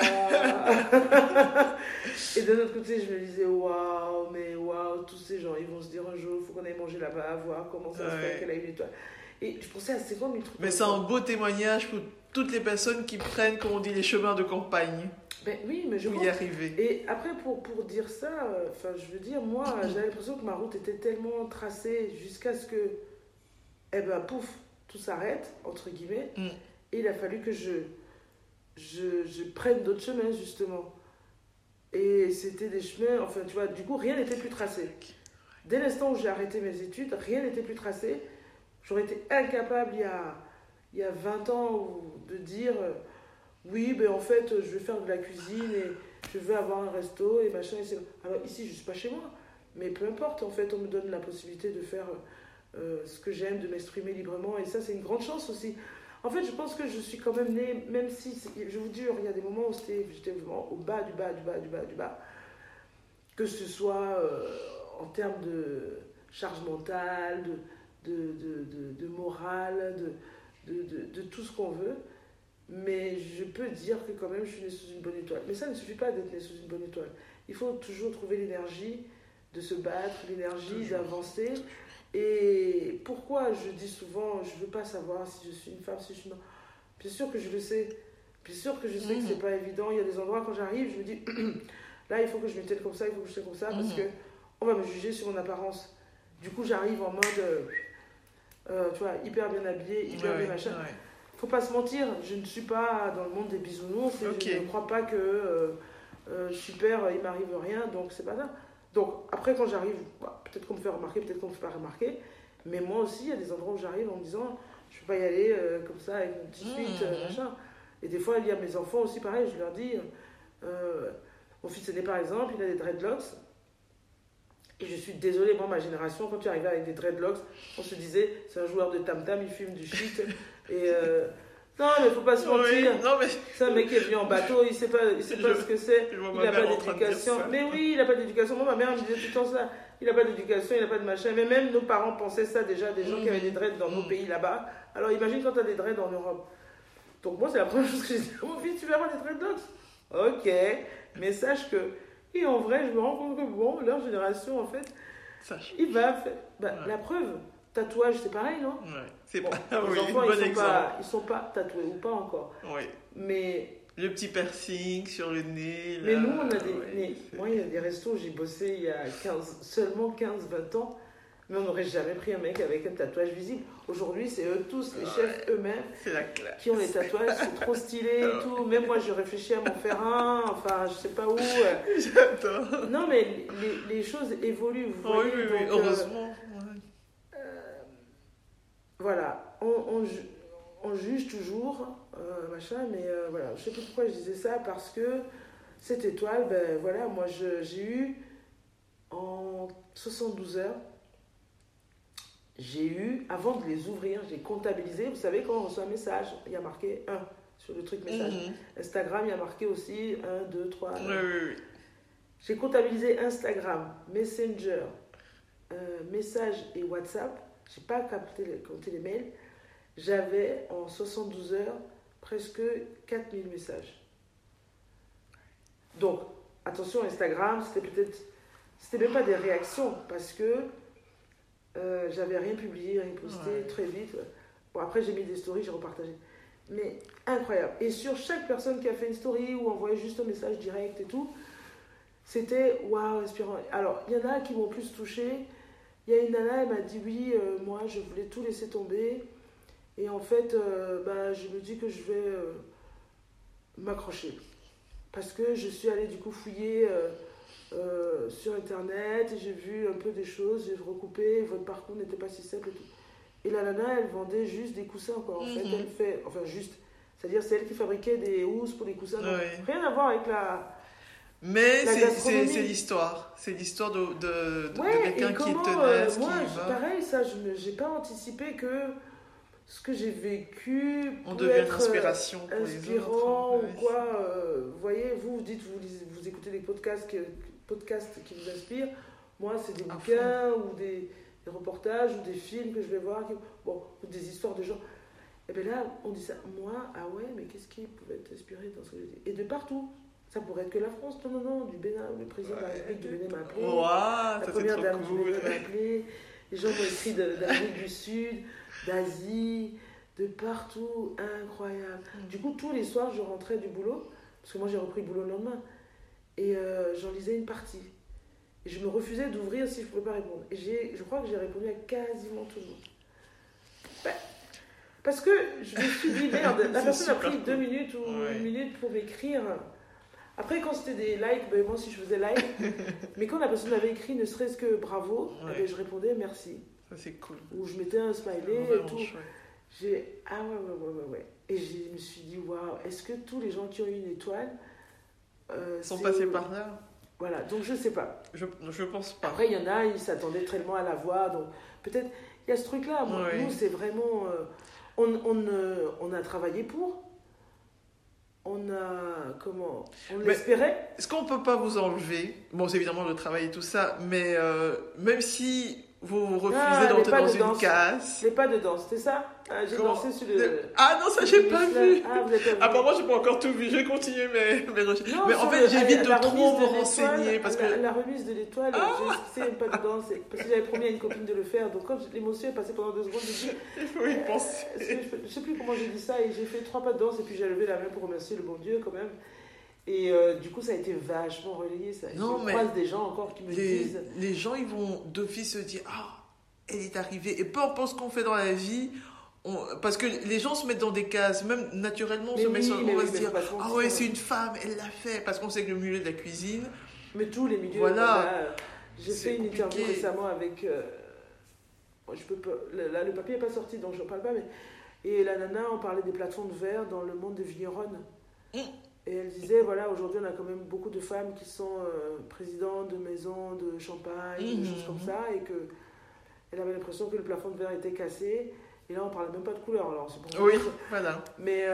Et d'un autre côté, je me disais, waouh, tous ces gens, ils vont se dire un jour, il faut qu'on aille manger là-bas, voir comment ça se fait qu'elle a une étoile. Et je pensais à ces fois, mais trucs. Mais c'est un beau témoignage pour toutes les personnes qui prennent, comme on dit, les chemins de campagne. Ben oui, mais je pour y arriver. Et après, pour dire ça, je veux dire, moi, j'avais l'impression que ma route était tellement tracée jusqu'à ce que, pouf, tout s'arrête, entre guillemets. Et il a fallu que je prenne d'autres chemins, justement. Et c'était des chemins, enfin, tu vois, du coup, rien n'était plus tracé. Dès l'instant où j'ai arrêté mes études, rien n'était plus tracé. J'aurais été incapable, il y a 20 ans, de dire, oui, ben en fait, je vais faire de la cuisine et je veux avoir un resto et machin. Alors ici, je ne suis pas chez moi, mais peu importe, en fait, on me donne la possibilité de faire ce que j'aime, de m'exprimer librement. Et ça, c'est une grande chance aussi. En fait, je pense que je suis quand même née, même si, je vous jure, il y a des moments où j'étais vraiment au bas du bas. Que ce soit en termes de charge mentale, de morale, de tout ce qu'on veut. Mais je peux dire que quand même, je suis née sous une bonne étoile. Mais ça ne suffit pas d'être née sous une bonne étoile. Il faut toujours trouver l'énergie de se battre, l'énergie d'avancer. Et pourquoi je dis souvent, je ne veux pas savoir si je suis une femme, si je suis une... Bien sûr que je le sais. Bien sûr que je sais que ce n'est pas évident. Il y a des endroits, quand j'arrive, je me dis, là, il faut que je me tienne comme ça, il faut que je tienne comme ça, parce qu'on va me juger sur mon apparence. Du coup, j'arrive en mode, tu vois, hyper bien habillée, hyper bien machin. Faut pas se mentir, je ne suis pas dans le monde des bisounours. Je ne crois pas que super, il m'arrive rien, donc c'est pas ça. Donc, après, quand j'arrive, peut-être qu'on me fait remarquer, peut-être qu'on me fait pas remarquer, mais moi aussi, il y a des endroits où j'arrive en me disant, je ne peux pas y aller comme ça, avec mon petit suite, machin. Et des fois, il y a mes enfants aussi, pareil, je leur dis, mon fils aîné, par exemple, il a des dreadlocks, et je suis désolée, moi, ma génération, quand tu arrivais avec des dreadlocks, on se disait, c'est un joueur de tam-tam, il fume du shit, et... non, mais faut pas se mentir. C'est un mec qui est venu en bateau, il sait pas ce que c'est. Il n'a pas d'éducation. Mais oui, il n'a pas d'éducation. Moi, ma mère me disait tout le temps ça. Il n'a pas d'éducation, il n'a pas de machin. Mais même nos parents pensaient ça déjà, des gens qui avaient des dreads dans nos pays là-bas. Alors imagine quand tu as des dreads en Europe. Donc moi, c'est la première chose que j'ai dit. Mon fils, tu vas avoir des dreadlocks? Ok, mais sache que. Et en vrai, je me rends compte que bon, leur génération, en fait, il va faire. La preuve. Tatouage, c'est pareil, non? Ouais, c'est bon, pas... les enfants, ils sont pas tatoués ou pas encore. Oui. Mais... Le petit piercing sur le nez. Là. Mais nous, on a des... moi, il y a des restos où j'ai bossé il y a seulement 15-20 ans, mais on n'aurait jamais pris un mec avec un tatouage visible. Aujourd'hui, c'est eux tous, les chefs eux-mêmes, qui ont les tatouages, c'est trop stylé et tout. Même moi, je réfléchis à m'en faire un, enfin, je sais pas où. J'adore. Non, mais les choses évoluent, vous voyez. Oui, donc, heureusement. Voilà, on juge toujours, machin, mais voilà, je sais pas pourquoi je disais ça, parce que cette étoile, ben voilà, moi j'ai eu en 72 heures, avant de les ouvrir, j'ai comptabilisé, vous savez, quand on reçoit un message, il y a marqué 1 sur le truc message. Instagram, il y a marqué aussi 1, 2, 3. Oui. J'ai comptabilisé Instagram, Messenger, message et WhatsApp. Je n'ai pas compté les mails. J'avais en 72 heures presque 4000 messages. Donc, attention, Instagram, c'était même pas des réactions parce que j'avais rien publié, rien posté très vite. Bon, après, j'ai mis des stories, j'ai repartagé. Mais incroyable. Et sur chaque personne qui a fait une story ou envoyé juste un message direct et tout, c'était waouh, inspirant. Alors, il y en a qui m'ont plus touchée. Il y a une nana, elle m'a dit oui, moi je voulais tout laisser tomber et en fait je me dis que je vais m'accrocher. parce que je suis allée du coup fouiller sur internet et j'ai vu un peu des choses, j'ai recoupé, votre parcours n'était pas si simple et tout. Et la nana, elle vendait juste des coussins, quoi. En fait, elle fait, enfin juste, c'est-à-dire c'est elle qui fabriquait des housses pour les coussins. Donc, rien à voir avec la... Mais c'est l'histoire. C'est l'histoire de quelqu'un qui est tenace, moi, qui va. pareil, ça, je n'ai pas anticipé que ce que j'ai vécu on peut devient être inspiration pour inspirant les autres. ou quoi. Vous voyez, vous dites, vous écoutez des podcasts qui vous inspirent. Moi, c'est des bouquins ou des reportages ou des films que je vais voir, ou des histoires de gens. Et bien là, on dit ça. Moi, ah ouais, mais qu'est-ce qui pouvait t'inspirer dans ce que j'ai dit? Et de partout. Ça pourrait être que la France, non, du Bénin, le président de la République du Bénin m'a appelé. La première dame du Bénin m'a appelé. Les gens m'ont écrit d'Amérique du Sud, d'Asie, de partout, incroyable. Du coup, tous les soirs, je rentrais du boulot, parce que moi j'ai repris le boulot le lendemain, et j'en lisais une partie. Et je me refusais d'ouvrir si je ne pouvais pas répondre. Et je crois que j'ai répondu à quasiment tout le monde. Parce que je me suis dit, merde, la personne a pris 2 minutes ou 1 minute pour m'écrire. Après, quand c'était des likes, moi aussi je faisais like. Mais quand la personne avait écrit ne serait-ce que bravo, je répondais merci. Ça, c'est cool. Ou je mettais un smiley et tout. Ah ouais. Et je me suis dit, waouh, est-ce que tous les gens qui ont eu une étoile sont passés par là? Voilà, donc je sais pas. Je pense pas. Après, il y en a, ils s'attendaient tellement à la voix. Donc peut-être, il y a ce truc-là. Nous, c'est vraiment. On a travaillé pour. On l'espérait. Ce qu'on ne peut pas vous enlever, bon, c'est évidemment le travail et tout ça, mais même si vous refusez d'entrer dans une case. Les pas de danse, c'était ça? J'ai dansé sur le. Ah non, ça, j'ai pas vu. Vous n'avez pas vu. Apparemment, j'ai pas encore tout vu. Je vais continuer mes recherches. Non, mais en fait, j'évite de trop me renseigner. Parce que... La remise de l'étoile, j'ai essayé pas de danse. Parce que j'avais promis à une copine de le faire. Donc, quand l'émotion est passée pendant 2 secondes, j'ai dit. Il faut y penser. Je sais plus comment j'ai dit ça. Et j'ai fait 3 pas de danse. Et puis, j'ai levé la main pour remercier le bon Dieu, quand même. Et du coup, ça a été vachement relayé. Ça. Je croise des gens encore qui me disent. Les gens, ils vont d'office se dire elle est arrivée. Et peu importe ce qu'on fait dans la vie. Parce que les gens se mettent dans des cases, même naturellement, on va se dire c'est une femme, elle l'a fait, parce qu'on sait que le milieu de la cuisine. Mais tous les milieux. Voilà. J'ai fait une interview récemment avec. Là, le papier n'est pas sorti, donc je n'en parle pas. Et la nana, on parlait des plateformes de verre dans le monde des vigneronnes. Et elle disait aujourd'hui, on a quand même beaucoup de femmes qui sont présidentes de maisons de champagne, des choses comme ça, et qu'elle avait l'impression que le plafond de verre était cassé. Et là, on ne parlait même pas de couleur, alors c'est pour ça. Oui, voilà. Mais,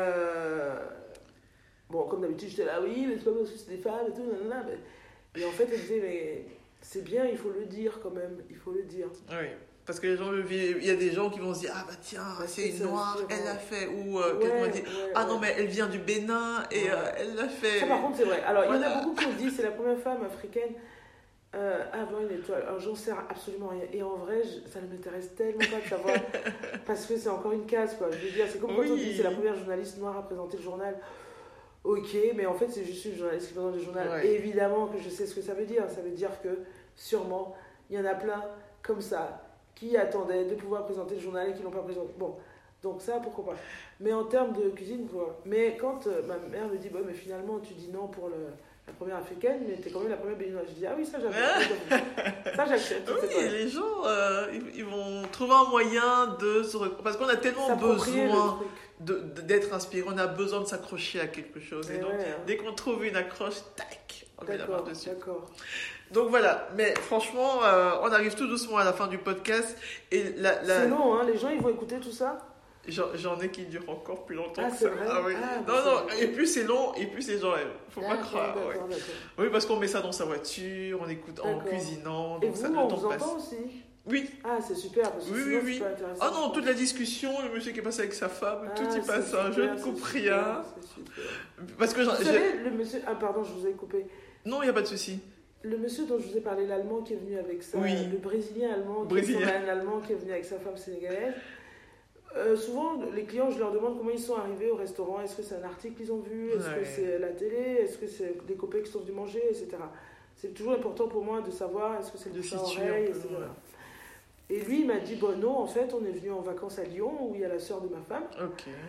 comme d'habitude, j'étais là, mais c'est pas parce que c'est des femmes et tout, nanana. Et en fait, elle disait, mais c'est bien, il faut le dire quand même, il faut le dire. Oui, parce que les gens il y a des gens qui vont se dire, c'est une noire, elle l'a fait. Ou quelqu'un va dire, non, mais elle vient du Bénin et elle l'a fait. Ça, par contre, c'est vrai. Alors, il y en a beaucoup qui ont dit, c'est la première femme africaine à avoir une étoile. Alors, j'en sais absolument rien. Et en vrai, ça ne m'intéresse tellement pas de savoir, parce que c'est encore une case, quoi. Je veux dire, c'est comme quand on dit c'est la première journaliste noire à présenter le journal. Ok, mais en fait, c'est juste une journaliste qui présente le journal. Et évidemment que je sais ce que ça veut dire. Ça veut dire que, sûrement, il y en a plein comme ça qui attendaient de pouvoir présenter le journal et qui ne l'ont pas présenté. Bon, donc ça, pourquoi pas. Mais en termes de cuisine, mais quand ma mère me dit, mais finalement, tu dis non pour la première africaine, mais t'es quand même la première béninoise. Je dis, oui, ça j'accepte. Ça j'accepte. Oui, les gens, ils vont trouver un moyen de se... Parce qu'on a tellement besoin d'être inspiré, on a besoin de s'accrocher à quelque chose. Et donc, dès qu'on trouve une accroche, tac, on met la main dessus. D'accord. Donc voilà, mais franchement, on arrive tout doucement à la fin du podcast. Et c'est long, hein, les gens ils vont écouter tout ça. J'en ai qui durent encore plus longtemps que ça. Vrai oui. Non, et plus c'est long, et plus c'est genre, faut pas croire. D'accord. Oui, parce qu'on met ça dans sa voiture, on écoute en cuisinant, donc et ça vous, le temps vous passe. Entend aussi. Oui. Ah, c'est super, parce que sinon, c'est pas intéressant. Ah non, toute la discussion, le monsieur qui est passé avec sa femme, tout y passe, je ne coupe rien. C'est super. Parce que vous savez, le monsieur... Ah, pardon, je vous ai coupé. Non, il n'y a pas de souci. Le monsieur dont je vous ai parlé, l'Allemand qui est venu avec sa... Le Brésilien allemand, allemand qui est venu avec sa femme sénégalaise. Souvent, les clients, je leur demande comment ils sont arrivés au restaurant. Est-ce que c'est un article qu'ils ont vu? Est-ce que c'est la télé? Est-ce que c'est des copains qui sont venus manger, etc. C'est toujours important pour moi de savoir est-ce que c'est le bouche-à-oreille, etc. Et lui, il m'a dit, non, en fait, on est venu en vacances à Lyon, où il y a la sœur de ma femme. Ok.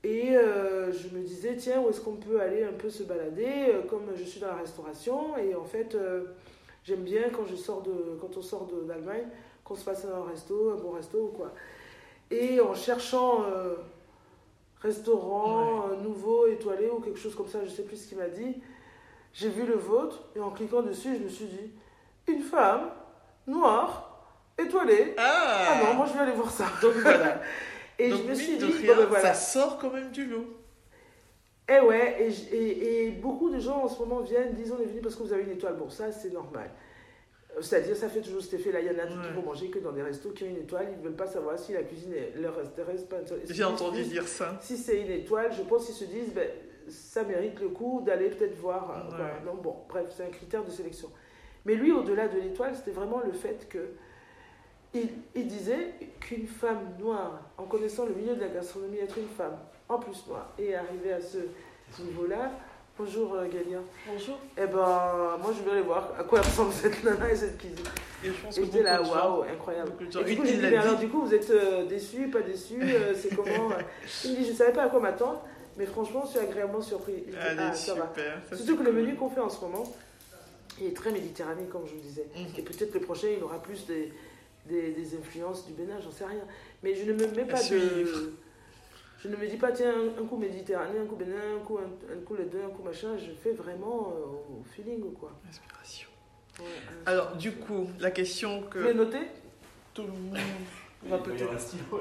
Et je me disais, tiens, où est-ce qu'on peut aller un peu se balader, comme je suis dans la restauration. Et en fait, j'aime bien quand on sort d'Allemagne, qu'on se fasse un bon resto ou quoi. Et en cherchant restaurant nouveau, étoilé ou quelque chose comme ça, je sais plus ce qu'il m'a dit, j'ai vu le vôtre et en cliquant dessus, je me suis dit, une femme noire, étoilée. Ah non, moi je vais aller voir ça. Donc voilà. Et donc, je me suis dit, ça sort quand même du lot. Et ouais, et beaucoup de gens en ce moment disent on est venu parce que vous avez une étoile. Bon, ça c'est normal. C'est-à-dire, ça fait toujours cet effet-là. Il y en a qui vont manger que dans des restos qui ont une étoile. Ils ne veulent pas savoir si la cuisine leur intéresse pas. J'ai entendu dire ça. Si c'est une étoile, je pense qu'ils se disent, ça mérite le coup d'aller peut-être voir. Voilà. Donc bon, bref, c'est un critère de sélection. Mais lui, au-delà de l'étoile, c'était vraiment le fait que il disait qu'une femme noire, en connaissant le milieu de la gastronomie, être une femme, en plus noire, et arriver à ce niveau-là. Bonjour Galia. Bonjour. Eh ben, moi je vais aller voir à quoi ressemble cette nana et cette cuisine. Et je pense et que j'étais là, waouh, incroyable. Et du coup, j'ai dit, alors du coup, vous êtes déçus, pas déçus, c'est comment Il me dit, je ne savais pas à quoi m'attendre, mais franchement, je suis agréablement surpris. Allez, ça super. va. Surtout que le menu qu'on fait en ce moment, il est très méditerranéen, comme je vous disais. Et peut-être le prochain, il aura plus des influences du Bénin, j'en sais rien. Mais je ne me mets pas Je ne me dis pas, tiens, un coup méditerranéen, un coup bénin, un coup les deux, un coup machin. Je fais vraiment au feeling, quoi. Inspiration. Ouais, alors, du coup, la question que... Vous l'avez noté ? Tout le monde va peut-être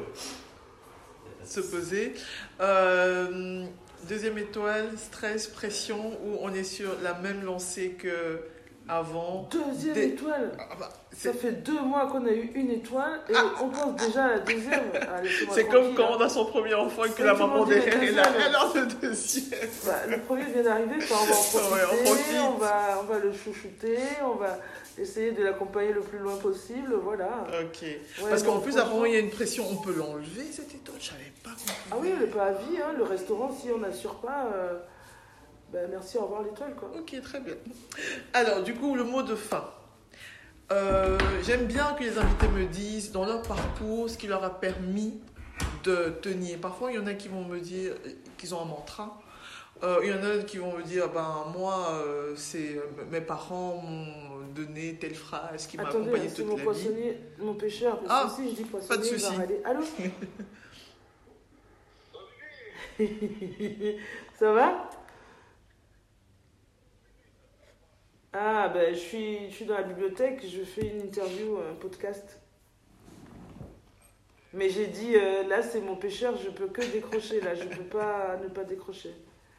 se poser. Deuxième étoile, stress, pression, où on est sur la même lancée qu'avant. Deuxième étoile ça fait 2 mois qu'on a eu une étoile et on pense déjà à la deuxième. C'est comme quand on a son premier enfant et que la maman derrière est là. Alors le deuxième. Le premier vient d'arriver, on va en profiter, on va le chouchouter, on va essayer de l'accompagner le plus loin possible, voilà. Ok. Ouais, parce qu'en plus, avant, il y a une pression, on peut l'enlever cette étoile, je savais pas qu'on pouvait. Ah oui, le pas à vie, hein, le restaurant, si on n'assure pas, merci, au revoir l'étoile, quoi. Ok, très bien. Alors, du coup, le mot de fin. J'aime bien que les invités me disent dans leur parcours ce qui leur a permis de tenir. Parfois, il y en a qui vont me dire qu'ils ont un mantra. Il y en a qui vont me dire moi, c'est mes parents m'ont donné telle phrase qui m'a accompagné toute la vie. Poissonnier, mon pêcheur. Parce que si je dis poissonnier, pas de souci. Allô. Ça va? Ah, je suis dans la bibliothèque, je fais une interview, un podcast. Mais j'ai dit, là, c'est mon pêcheur, je peux que décrocher, là, je peux pas ne pas décrocher.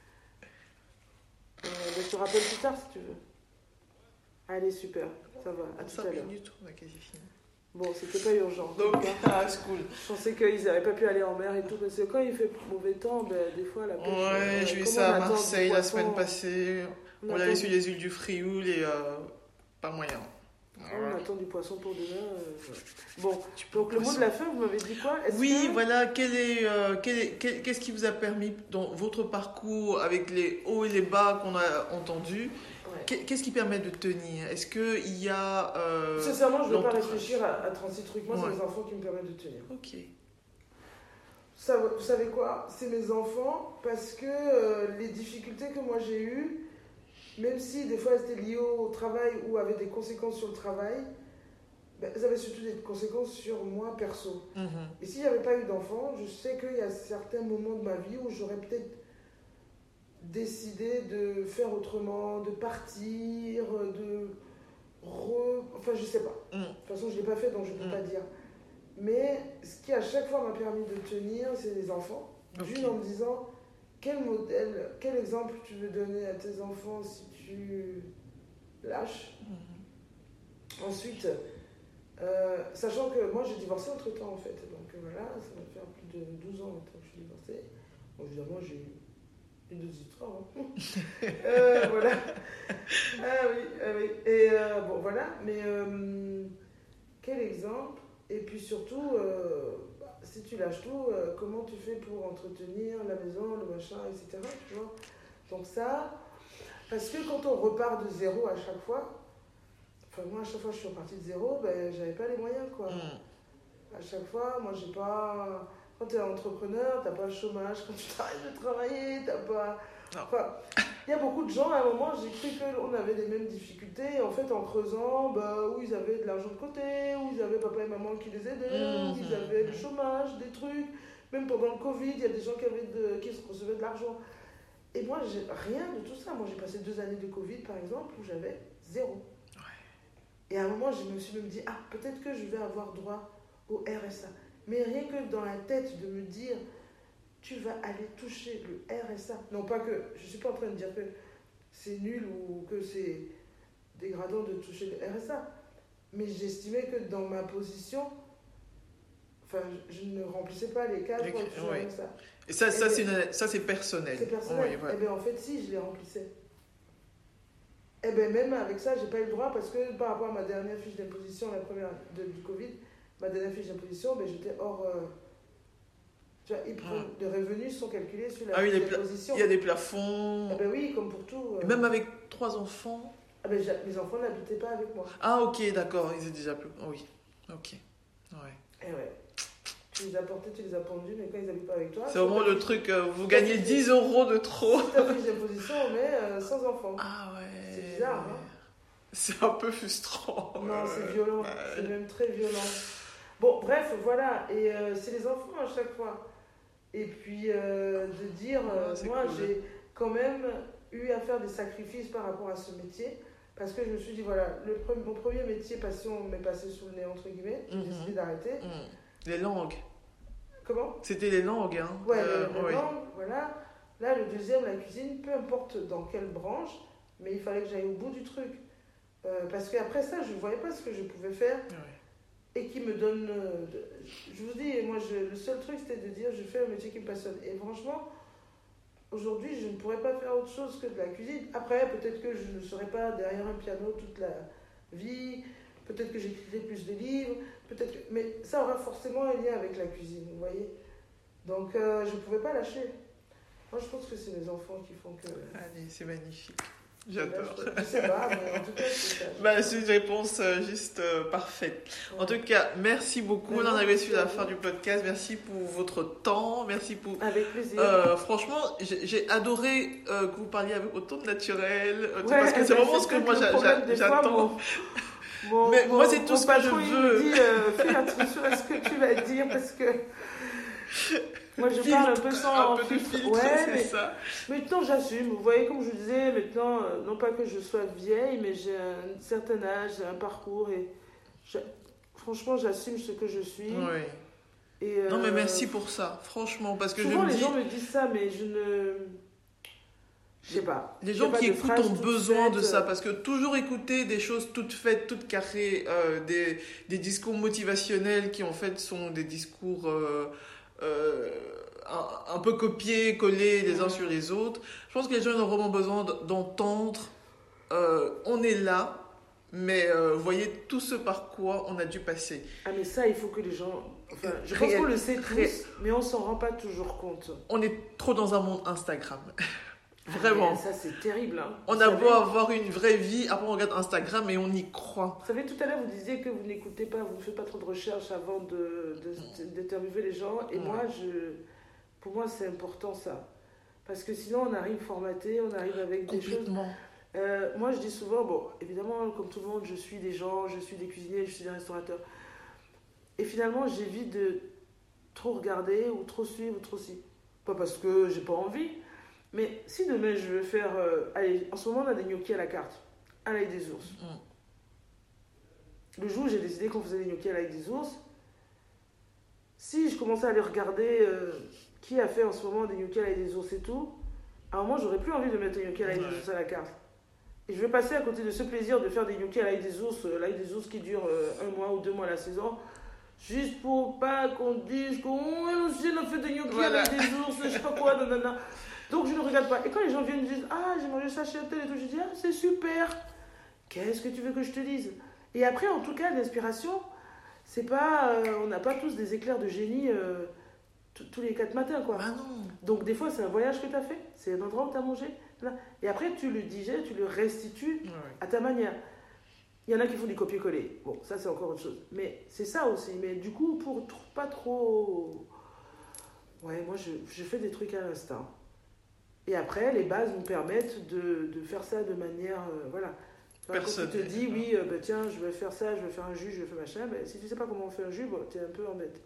Je te rappelle plus tard, si tu veux. Allez, super, ça va, à tout à l'heure. 5 minutes, on a quasi fini. Bon, c'était pas urgent. Donc, c'est cool. Je pensais qu'ils n'avaient pas pu aller en mer et tout, parce que quand il fait mauvais temps, des fois, la pêche... Ouais, j'ai vu ça à Marseille la semaine passée. On allait sur les îles du Frioul et pas moyen. On attend du poisson pour demain. Bon, donc le mot de la fin, vous m'avez dit quoi? Voilà. Qu'est-ce qui vous a permis dans votre parcours avec les hauts et les bas qu'on a entendus? Qu'est-ce qui permet de tenir? Est-ce qu'il y a... Sincèrement, je ne veux pas réfléchir à 36 trucs. Moi, c'est mes enfants qui me permettent de tenir. Ok. Vous savez quoi? C'est mes enfants parce que les difficultés que moi j'ai eues, même si des fois elles étaient liées au travail ou avaient des conséquences sur le travail, elles avaient surtout des conséquences sur moi perso. Mm-hmm. Et s'il n'y avait pas eu d'enfants, je sais qu'il y a certains moments de ma vie où j'aurais peut-être décidé de faire autrement, de partir, enfin je sais pas. De toute façon je ne l'ai pas fait donc je ne peux pas dire. Mais ce qui à chaque fois m'a permis de tenir, c'est les enfants. Okay. Juste en me disant... Quel modèle, quel exemple tu veux donner à tes enfants si tu lâches? Ensuite, sachant que moi j'ai divorcé entre temps en fait, donc voilà, ça va faire plus de 12 ans maintenant que je suis divorcée. Bon, évidemment, j'ai eu 2 histoires. Hein. Voilà. Oui. Et bon, voilà, mais quel exemple? Et puis surtout. Si tu lâches tout, comment tu fais pour entretenir la maison, le machin, etc. Tu vois? Donc ça, parce que quand on repart de zéro à chaque fois, enfin moi à chaque fois je suis repartie de zéro, j'avais pas les moyens quoi. À chaque fois, moi j'ai pas quand tu es entrepreneur, tu n'as pas le chômage. Quand tu t'arrêtes de travailler, tu n'as pas... Enfin, il y a beaucoup de gens, à un moment, j'ai cru qu'on avait les mêmes difficultés. En fait, en creusant, où ils avaient de l'argent de côté, où ils avaient papa et maman qui les aidaient, où ils avaient le chômage, des trucs. Même pendant le Covid, il y a des gens qui recevaient de l'argent. Et moi, j'ai rien de tout ça. Moi, j'ai passé 2 années de Covid, par exemple, où j'avais 0. Ouais. Et à un moment, je me suis même dit, peut-être que je vais avoir droit au RSA. Mais rien que dans la tête de me dire, tu vas aller toucher le RSA. Non, pas que, je ne suis pas en train de dire que c'est nul ou que c'est dégradant de toucher le RSA. Mais j'estimais que dans ma position, je ne remplissais pas les cases pour toucher le RSA. Et ça c'est personnel. C'est personnel. Oui, ouais. Et bien en fait, si, je les remplissais. Et bien même avec ça, je n'ai pas eu le droit parce que par rapport à ma dernière fiche d'imposition, la première du Covid, ma dernière fiche d'imposition, j'étais hors... les revenus sont calculés sur la fiche d'imposition. Il y a des plafonds. Eh bien oui, comme pour tout. Et même avec 3 enfants. Mes enfants n'habitaient pas avec moi. Ah ok, d'accord, ils étaient déjà plus... Oui, ok. Ouais. Et ouais. Tu les as portés, tu les as pendus, mais quand ils n'habitent pas avec toi... C'est vraiment le truc, vous gagnez 10 € de trop. Sur ta fiche d'imposition, on met sans enfants. Ah ouais. C'est bizarre, hein. C'est un peu frustrant. Non, c'est violent. C'est même très violent. Bon, bref, voilà. Et c'est les enfants à chaque fois. Et puis, de dire, moi, cool. J'ai quand même eu à faire des sacrifices par rapport à ce métier. Parce que je me suis dit, voilà, mon premier métier passion m'est passé sous le nez, entre guillemets. J'ai décidé d'arrêter. Les langues. Comment ? C'était les langues, hein. Ouais, les langues, voilà. Là, le deuxième, la cuisine, peu importe dans quelle branche, mais il fallait que j'aille au bout du truc. Parce qu'après ça, je ne voyais pas ce que je pouvais faire. Ouais. Et qui me donne... je vous dis, moi, le seul truc, c'était de dire, je fais un métier qui me passionne. Et franchement, aujourd'hui, je ne pourrais pas faire autre chose que de la cuisine. Après, peut-être que je ne serais pas derrière un piano toute la vie. Peut-être que j'écrirais plus de livres. Mais ça aura forcément un lien avec la cuisine, vous voyez. Donc, je ne pouvais pas lâcher. Moi, je pense que c'est mes enfants qui font que... Allez, c'est magnifique. J'adore. Je sais pas, mais en tout cas, c'est ça. C'est une réponse juste parfaite. Ouais. En tout cas, merci beaucoup. On en avait sur la fin du podcast. Merci pour votre temps. Merci pour... Avec plaisir. Franchement, j'ai adoré que vous parliez avec autant de naturel. Parce que c'est vraiment ce que moi j'attends. Mais moi, c'est tout ce que je veux. Il me dit, fais attention à ce que tu vas dire parce que... Moi, je parle un peu sans filtre. Ouais, c'est ça. Mais maintenant, j'assume. Vous voyez, comme je vous disais, maintenant, non pas que je sois vieille, mais j'ai un certain âge, j'ai un parcours et franchement, j'assume ce que je suis. Oui. Et non, mais merci pour ça, franchement, parce que souvent, les gens me disent ça, mais je sais pas. Les gens qui écoutent ont besoin de ça, parce que toujours écouter des choses toutes faites, toutes carrées, des discours motivationnels qui en fait sont des discours un peu copiés, collés les uns sur les autres. Je pense que les gens ont vraiment besoin d'entendre on est là, mais voyez tout ce par quoi on a dû passer. Ah mais ça, il faut que les gens... Enfin, je pense qu'on le sait tous, mais on s'en rend pas toujours compte. On est trop dans un monde Instagram. Vraiment. Ça, c'est terrible. Hein. On a beau avoir une vraie vie, après on regarde Instagram et on y croit. Vous savez, tout à l'heure, vous disiez que vous n'écoutez pas, vous ne faites pas trop de recherches avant d'interviewer les gens. Et moi, pour moi, c'est important ça. Parce que sinon, on arrive formaté, on arrive avec des choses... moi, je dis souvent, bon, évidemment, comme tout le monde, je suis des gens, je suis des cuisiniers, je suis des restaurateurs. Et finalement, j'évite de trop regarder ou trop suivre ou trop si. Pas parce que j'ai pas envie. Mais si demain je veux faire... allez, en ce moment on a des gnocchis à la carte, à l'ail des ours. Le jour où j'ai décidé qu'on faisait des gnocchis à l'ail des ours, si je commençais à aller regarder qui a fait en ce moment des gnocchis à l'ail des ours et tout, à un moment j'aurais plus envie de mettre des gnocchis à l'ail des ours à la carte. Et je vais passer à côté de ce plaisir de faire des gnocchis à l'ail des ours qui dure 1 mois ou 2 mois la saison, juste pour pas qu'on dise qu'on a fait des gnocchis à l'ail des ours, je sais pas quoi, nanana. Donc je ne regarde pas. Et quand les gens viennent me dire « Ah, j'ai mangé ça chez un tel et tout », je dis « Ah, c'est super. Qu'est-ce que tu veux que je te dise ?» Et après, en tout cas, l'inspiration, c'est pas... on n'a pas tous des éclairs de génie tous les 4 matins, quoi. Ah non. Donc des fois, c'est un voyage que tu as fait. C'est un endroit où tu as mangé. Et après, tu le digères, tu le restitues à ta manière. Il y en a qui font du copier-coller. Bon, ça, c'est encore autre chose. Mais c'est ça aussi. Mais du coup, pour pas trop... Ouais, moi, je fais des trucs à l'instinct. Et après, les bases nous permettent de faire ça de manière... voilà. Quand tu te dis, oui, tiens, je vais faire ça, je vais faire un jus, je vais faire machin, si tu sais pas comment on fait un jus, tu es un peu embêté.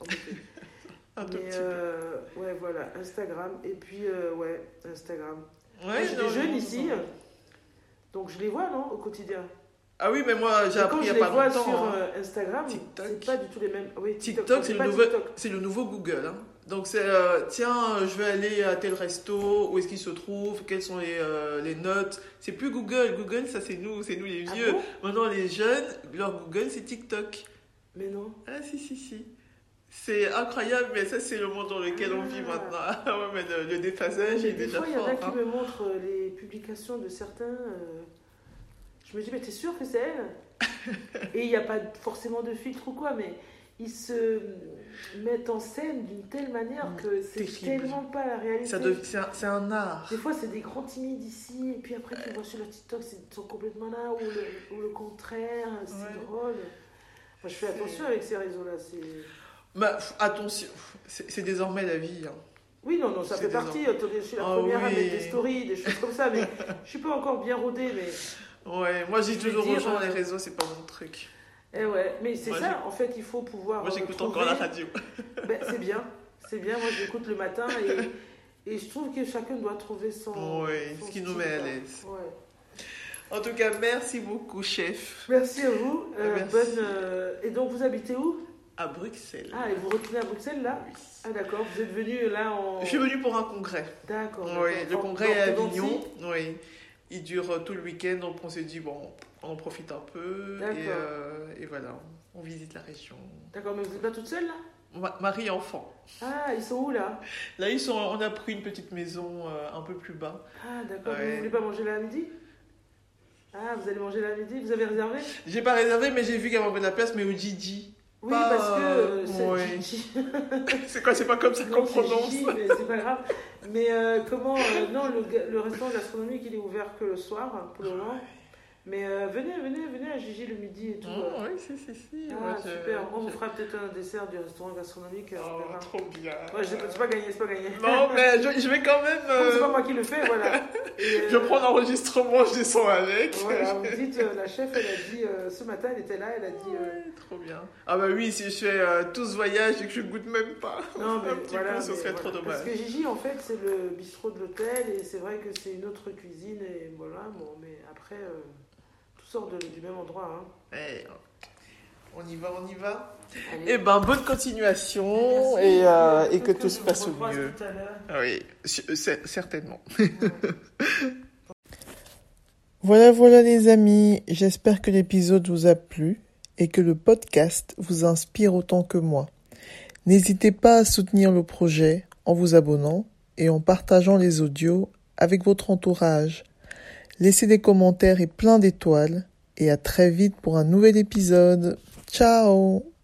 Mais ouais, voilà, Instagram. Et puis, ouais, Instagram. Ouais, j'ai des jeunes ici, donc je les vois, non, au quotidien. Ah oui, mais moi, j'ai appris il n'y a pas longtemps. Quand je les vois sur Instagram, c'est pas du tout les mêmes... Oui, TikTok, c'est le nouveau Google. Hein. Donc, c'est, tiens, je vais aller à tel resto, où est-ce qu'il se trouve, quelles sont les notes. C'est plus Google. Google, ça, c'est nous les vieux. Bon maintenant, les jeunes, leur Google, c'est TikTok. Mais non. Ah, si. C'est incroyable, mais ça, c'est le monde dans lequel on vit maintenant. Ah ouais, mais le déphasage est déjà fort. Des fois, il y en a qui me montrent les publications de certains... Je me dis, mais t'es sûr que c'est elle? Et il n'y a pas forcément de filtre ou quoi, mais ils se mettent en scène d'une telle manière que c'est tellement pas la réalité. C'est un art. Des fois, c'est des grands timides ici, et puis après, tu vois sur le TikTok, ils sont complètement là, ou le contraire, c'est drôle. Moi, je fais attention avec ces réseaux-là. Attention, c'est désormais la vie. Hein. Oui, non, ça fait partie. Je suis la première à mettre des stories, des choses comme ça, mais je suis pas encore bien rodée, mais... Ouais, moi j'ai toujours aux gens, les réseaux, c'est pas mon truc. Eh ouais, mais c'est moi, ça, en fait, il faut pouvoir. Moi j'écoute encore la radio. C'est bien, moi j'écoute le matin et je trouve que chacun doit trouver son. Oui, ce qui nous met à l'aise. Ouais. En tout cas, merci beaucoup, chef. Merci à vous. Et donc, vous habitez où? À Bruxelles. Ah, et vous retenez à Bruxelles là? Oui. Ah, d'accord, vous êtes venu là en. Je suis venu pour un congrès. D'accord. Oui, le congrès est à Avignon. Oui. Il dure tout le week-end, donc on s'est dit, bon, on en profite un peu. Et voilà, on visite la région. D'accord, mais vous n'êtes pas toute seule là? Mari et enfant. Ah, ils sont où là? Là, on a pris une petite maison un peu plus bas. Ah, d'accord, vous ne voulez pas manger là à midi? Ah, vous allez manger là à midi? Vous avez réservé? J'ai pas réservé, mais j'ai vu qu'il y avait de la place, mais au Gigi. Oui, parce que c'est Gigi. C'est quoi, c'est pas comme ça qu'on prononce? Gigi, mais c'est pas grave. Mais comment non, le restaurant gastronomique, il est ouvert que le soir, pour le moment. Mais venez à Gigi le midi et tout. Oui, si. Ah, super. On vous fera peut-être un dessert du restaurant gastronomique. Trop bien. Ouais, c'est pas gagné. Non, mais je vais quand même... C'est pas moi qui le fais, voilà. Je prends l'enregistrement, je descends avec. Voilà, vous dites, la chef, elle a dit, ce matin, elle était là, elle a dit... Trop bien. Ah bah oui, si je fais tout ce voyage et que je goûte même pas, non, mais ce serait trop dommage. Parce que Gigi, en fait, c'est le bistrot de l'hôtel et c'est vrai que c'est une autre cuisine et voilà, bon, mais après... sort du même endroit. Hein. On y va. Allez. Bonne continuation et que tout se passe au mieux. Tout à l'heure. Oui, certainement. Voilà les amis, j'espère que l'épisode vous a plu et que le podcast vous inspire autant que moi. N'hésitez pas à soutenir le projet en vous abonnant et en partageant les audios avec votre entourage. Laissez des commentaires et plein d'étoiles. Et à très vite pour un nouvel épisode. Ciao!